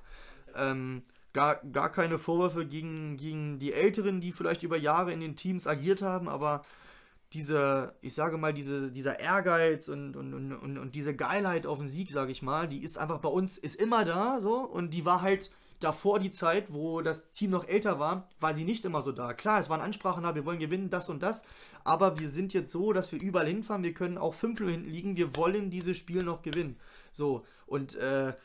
Speaker 1: Gar keine Vorwürfe gegen die Älteren, die vielleicht über Jahre in den Teams agiert haben, aber dieser Ehrgeiz und diese Geilheit auf den Sieg, sage ich mal, die ist einfach bei uns, ist immer da, so, und die war halt davor die Zeit, wo das Team noch älter war sie nicht immer so da. Klar, es waren Ansprachen da, wir wollen gewinnen, das und das, aber wir sind jetzt so, dass wir überall hinfahren, wir können auch 5-0 hinten liegen, wir wollen dieses Spiel noch gewinnen. So, und wir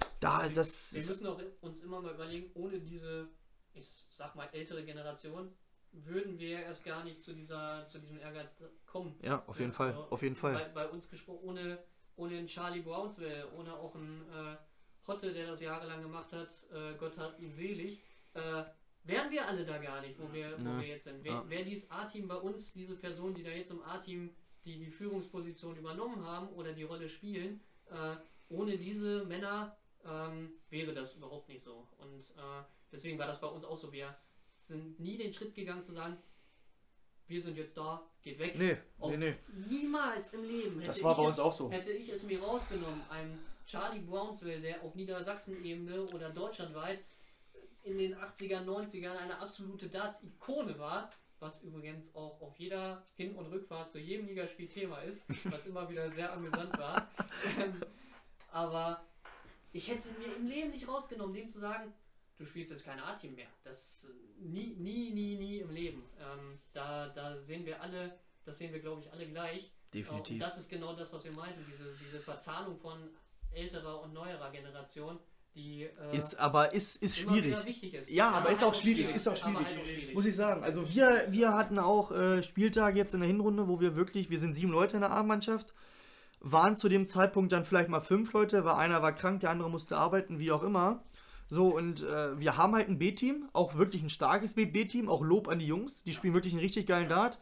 Speaker 2: müssen auch uns immer mal überlegen, ohne diese, ich sag mal, ältere Generation, würden wir erst gar nicht zu diesem Ehrgeiz kommen.
Speaker 1: Ja, auf jeden Fall, auf jeden Fall.
Speaker 2: Bei uns gesprochen, ohne einen Charlie Brownswell, ohne auch einen Hotte, der das jahrelang gemacht hat, Gott hat ihn selig, wären wir alle da gar nicht, wo wir jetzt sind. Wäre dieses A-Team bei uns, diese Personen, die da jetzt im A-Team die Führungsposition übernommen haben oder die Rolle spielen, ohne diese Männer wäre das überhaupt nicht so. Und deswegen war das bei uns auch so. Wir sind nie den Schritt gegangen zu sagen, wir sind jetzt da, geht weg.
Speaker 1: Nee.
Speaker 2: Niemals im Leben.
Speaker 1: Das war bei uns auch so.
Speaker 2: Hätte ich es mir rausgenommen, ein Charlie Brownsville, der auf Niedersachsen-Ebene oder deutschlandweit in den 80ern, 90ern eine absolute Darts-Ikone war, was übrigens auch auf jeder Hin- und Rückfahrt zu jedem Ligaspiel Thema ist, was immer wieder sehr amüsant war. Aber ich hätte mir im Leben nicht rausgenommen, dem zu sagen, du spielst jetzt kein A-Team mehr. Das nie im Leben. Da sehen wir alle, das sehen wir glaube ich alle gleich.
Speaker 1: Definitiv.
Speaker 2: Und das ist genau das, was wir meinten, diese Verzahnung von älterer und neuerer Generation, die
Speaker 1: ist
Speaker 2: immer
Speaker 1: schwierig.
Speaker 2: wieder wichtig ist.
Speaker 1: Ja, aber ist auch
Speaker 2: halt
Speaker 1: schwierig, ist auch
Speaker 2: aber
Speaker 1: schwierig.
Speaker 2: halt auch schwierig.
Speaker 1: Muss ich sagen. Also wir hatten auch Spieltage jetzt in der Hinrunde, wo wir sind 7 Leute in der A-Mannschaft, waren zu dem Zeitpunkt dann vielleicht mal 5 Leute, weil einer war krank, der andere musste arbeiten, wie auch immer. So, und wir haben halt ein B-Team, auch wirklich ein starkes B-Team, auch Lob an die Jungs, die spielen wirklich einen richtig geilen Dart.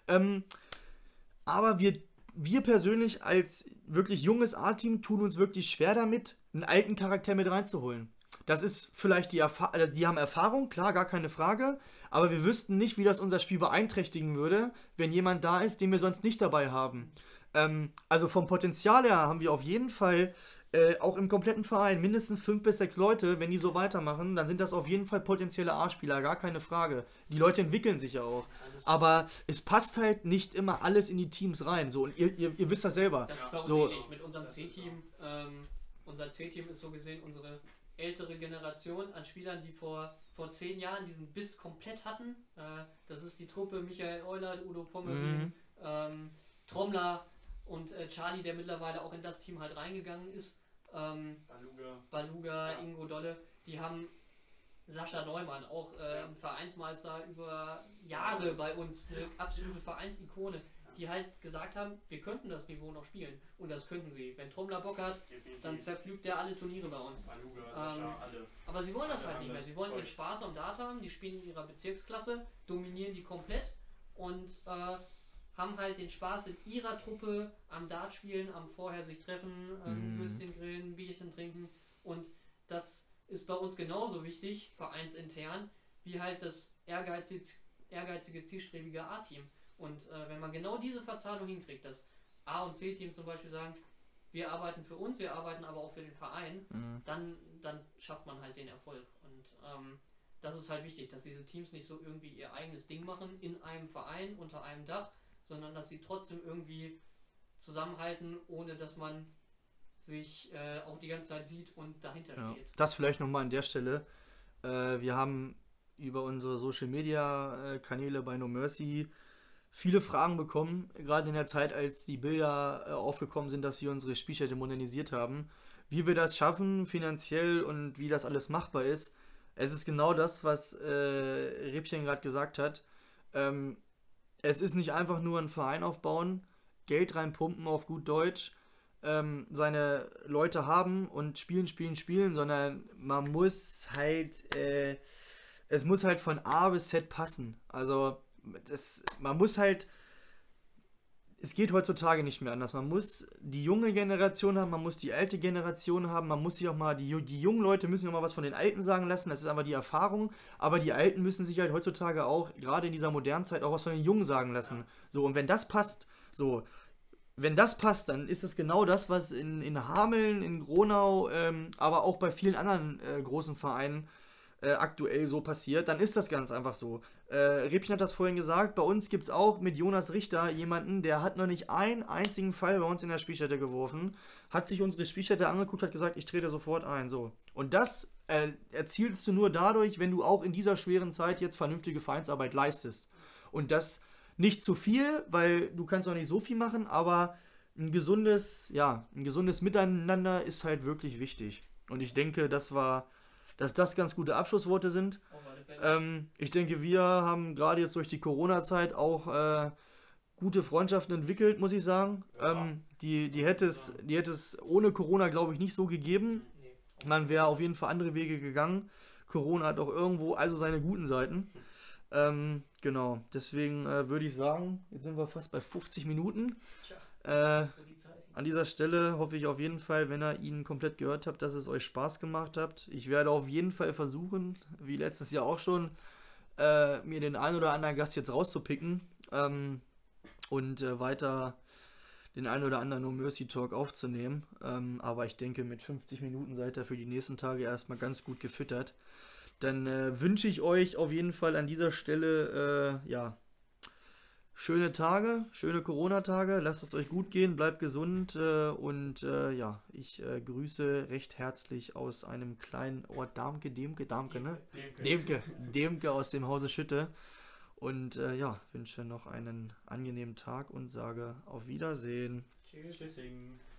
Speaker 1: Aber wir persönlich als wirklich junges A-Team tun uns wirklich schwer damit, einen alten Charakter mit reinzuholen. Das ist vielleicht die haben Erfahrung, klar, gar keine Frage, aber wir wüssten nicht, wie das unser Spiel beeinträchtigen würde, wenn jemand da ist, den wir sonst nicht dabei haben. Also vom Potenzial her haben wir auf jeden Fall auch im kompletten Verein mindestens 5 bis 6 Leute, wenn die so weitermachen, dann sind das auf jeden Fall potenzielle A-Spieler, gar keine Frage. Die Leute entwickeln sich ja auch. Aber es passt halt nicht immer alles in die Teams rein. So, und ihr wisst das selber.
Speaker 2: Das ist bei uns
Speaker 1: So,
Speaker 2: ähnlich. Mit unserem C-Team. Unser C-Team ist so gesehen unsere ältere Generation an Spielern, die vor 10 Jahren diesen Biss komplett hatten. Das ist die Truppe Michael Eulert, Udo Pommerin, Trommler und Charlie, der mittlerweile auch in das Team halt reingegangen ist. Baluga, Ingo Dolle, die haben Sascha Neumann, auch ein Vereinsmeister über Jahre bei uns, eine absolute Vereinsikone, die halt gesagt haben, wir könnten das Niveau noch spielen. Und das könnten sie. Wenn Trommler Bock hat, dann zerpflügt der alle Turniere bei uns. Aber sie wollen das halt nicht mehr. Sie wollen ihren Spaß am Dart haben, die spielen in ihrer Bezirksklasse, dominieren die komplett und haben halt den Spaß in ihrer Truppe am Dart spielen, am vorher sich treffen, Würstchen grillen, Bierchen trinken, und das ist bei uns genauso wichtig, vereinsintern, wie halt das ehrgeizige, zielstrebige A-Team. Und wenn man genau diese Verzahnung hinkriegt, dass A- und C-Team zum Beispiel sagen, wir arbeiten für uns, wir arbeiten aber auch für den Verein, dann schafft man halt den Erfolg. Und das ist halt wichtig, dass diese Teams nicht so irgendwie ihr eigenes Ding machen in einem Verein, unter einem Dach, sondern dass sie trotzdem irgendwie zusammenhalten, ohne dass man sich auch die ganze Zeit sieht und dahinter steht.
Speaker 1: Das vielleicht nochmal an der Stelle. Wir haben über unsere Social Media Kanäle bei No Mercy viele Fragen bekommen, gerade in der Zeit, als die Bilder aufgekommen sind, dass wir unsere Spielstätte modernisiert haben. Wie wir das schaffen, finanziell, und wie das alles machbar ist. Es ist genau das, was Rippchen gerade gesagt hat. Es ist nicht einfach nur ein Verein aufbauen, Geld reinpumpen auf gut Deutsch, seine Leute haben und spielen, sondern man muss halt, es muss halt von A bis Z passen. Also man muss halt, es geht heutzutage nicht mehr anders. Man muss die junge Generation haben, man muss die alte Generation haben, man muss sich auch mal, die jungen Leute müssen auch mal was von den Alten sagen lassen, das ist aber die Erfahrung, aber die Alten müssen sich halt heutzutage auch, gerade in dieser modernen Zeit, auch was von den Jungen sagen lassen. So, und wenn das passt, dann ist es genau das, was in Hameln, in Gronau, aber auch bei vielen anderen großen Vereinen aktuell so passiert, dann ist das ganz einfach so. Rippchen hat das vorhin gesagt, bei uns gibt es auch mit Jonas Richter jemanden, der hat noch nicht einen einzigen Fall bei uns in der Spielstätte geworfen, hat sich unsere Spielstätte angeguckt, hat gesagt, ich trete sofort ein. So. Und das erzielst du nur dadurch, wenn du auch in dieser schweren Zeit jetzt vernünftige Vereinsarbeit leistest. Und das nicht zu viel, weil du kannst auch nicht so viel machen, aber ein gesundes Miteinander ist halt wirklich wichtig. Und ich denke, dass das ganz gute Abschlussworte sind. Ich denke, wir haben gerade jetzt durch die Corona-Zeit auch gute Freundschaften entwickelt, muss ich sagen. Die hätte es ohne Corona, glaube ich, nicht so gegeben. Man wäre auf jeden Fall andere Wege gegangen. Corona hat auch irgendwo also seine guten Seiten. Genau, deswegen würde ich sagen, jetzt sind wir fast bei 50 Minuten. An dieser Stelle hoffe ich auf jeden Fall, wenn ihr ihn komplett gehört habt, dass es euch Spaß gemacht habt. Ich werde auf jeden Fall versuchen, wie letztes Jahr auch schon, mir den einen oder anderen Gast jetzt rauszupicken und weiter den einen oder anderen No Mercy Talk aufzunehmen. Aber ich denke, mit 50 Minuten seid ihr für die nächsten Tage erstmal ganz gut gefüttert. Dann wünsche ich euch auf jeden Fall an dieser Stelle schöne Tage, schöne Corona-Tage. Lasst es euch gut gehen, bleibt gesund und ja, ich grüße recht herzlich aus einem kleinen Ort Damke, ne? Demke aus dem Hause Schütte. Und ja, wünsche noch einen angenehmen Tag und sage auf Wiedersehen.
Speaker 2: Tschüss.
Speaker 3: Tschüssing.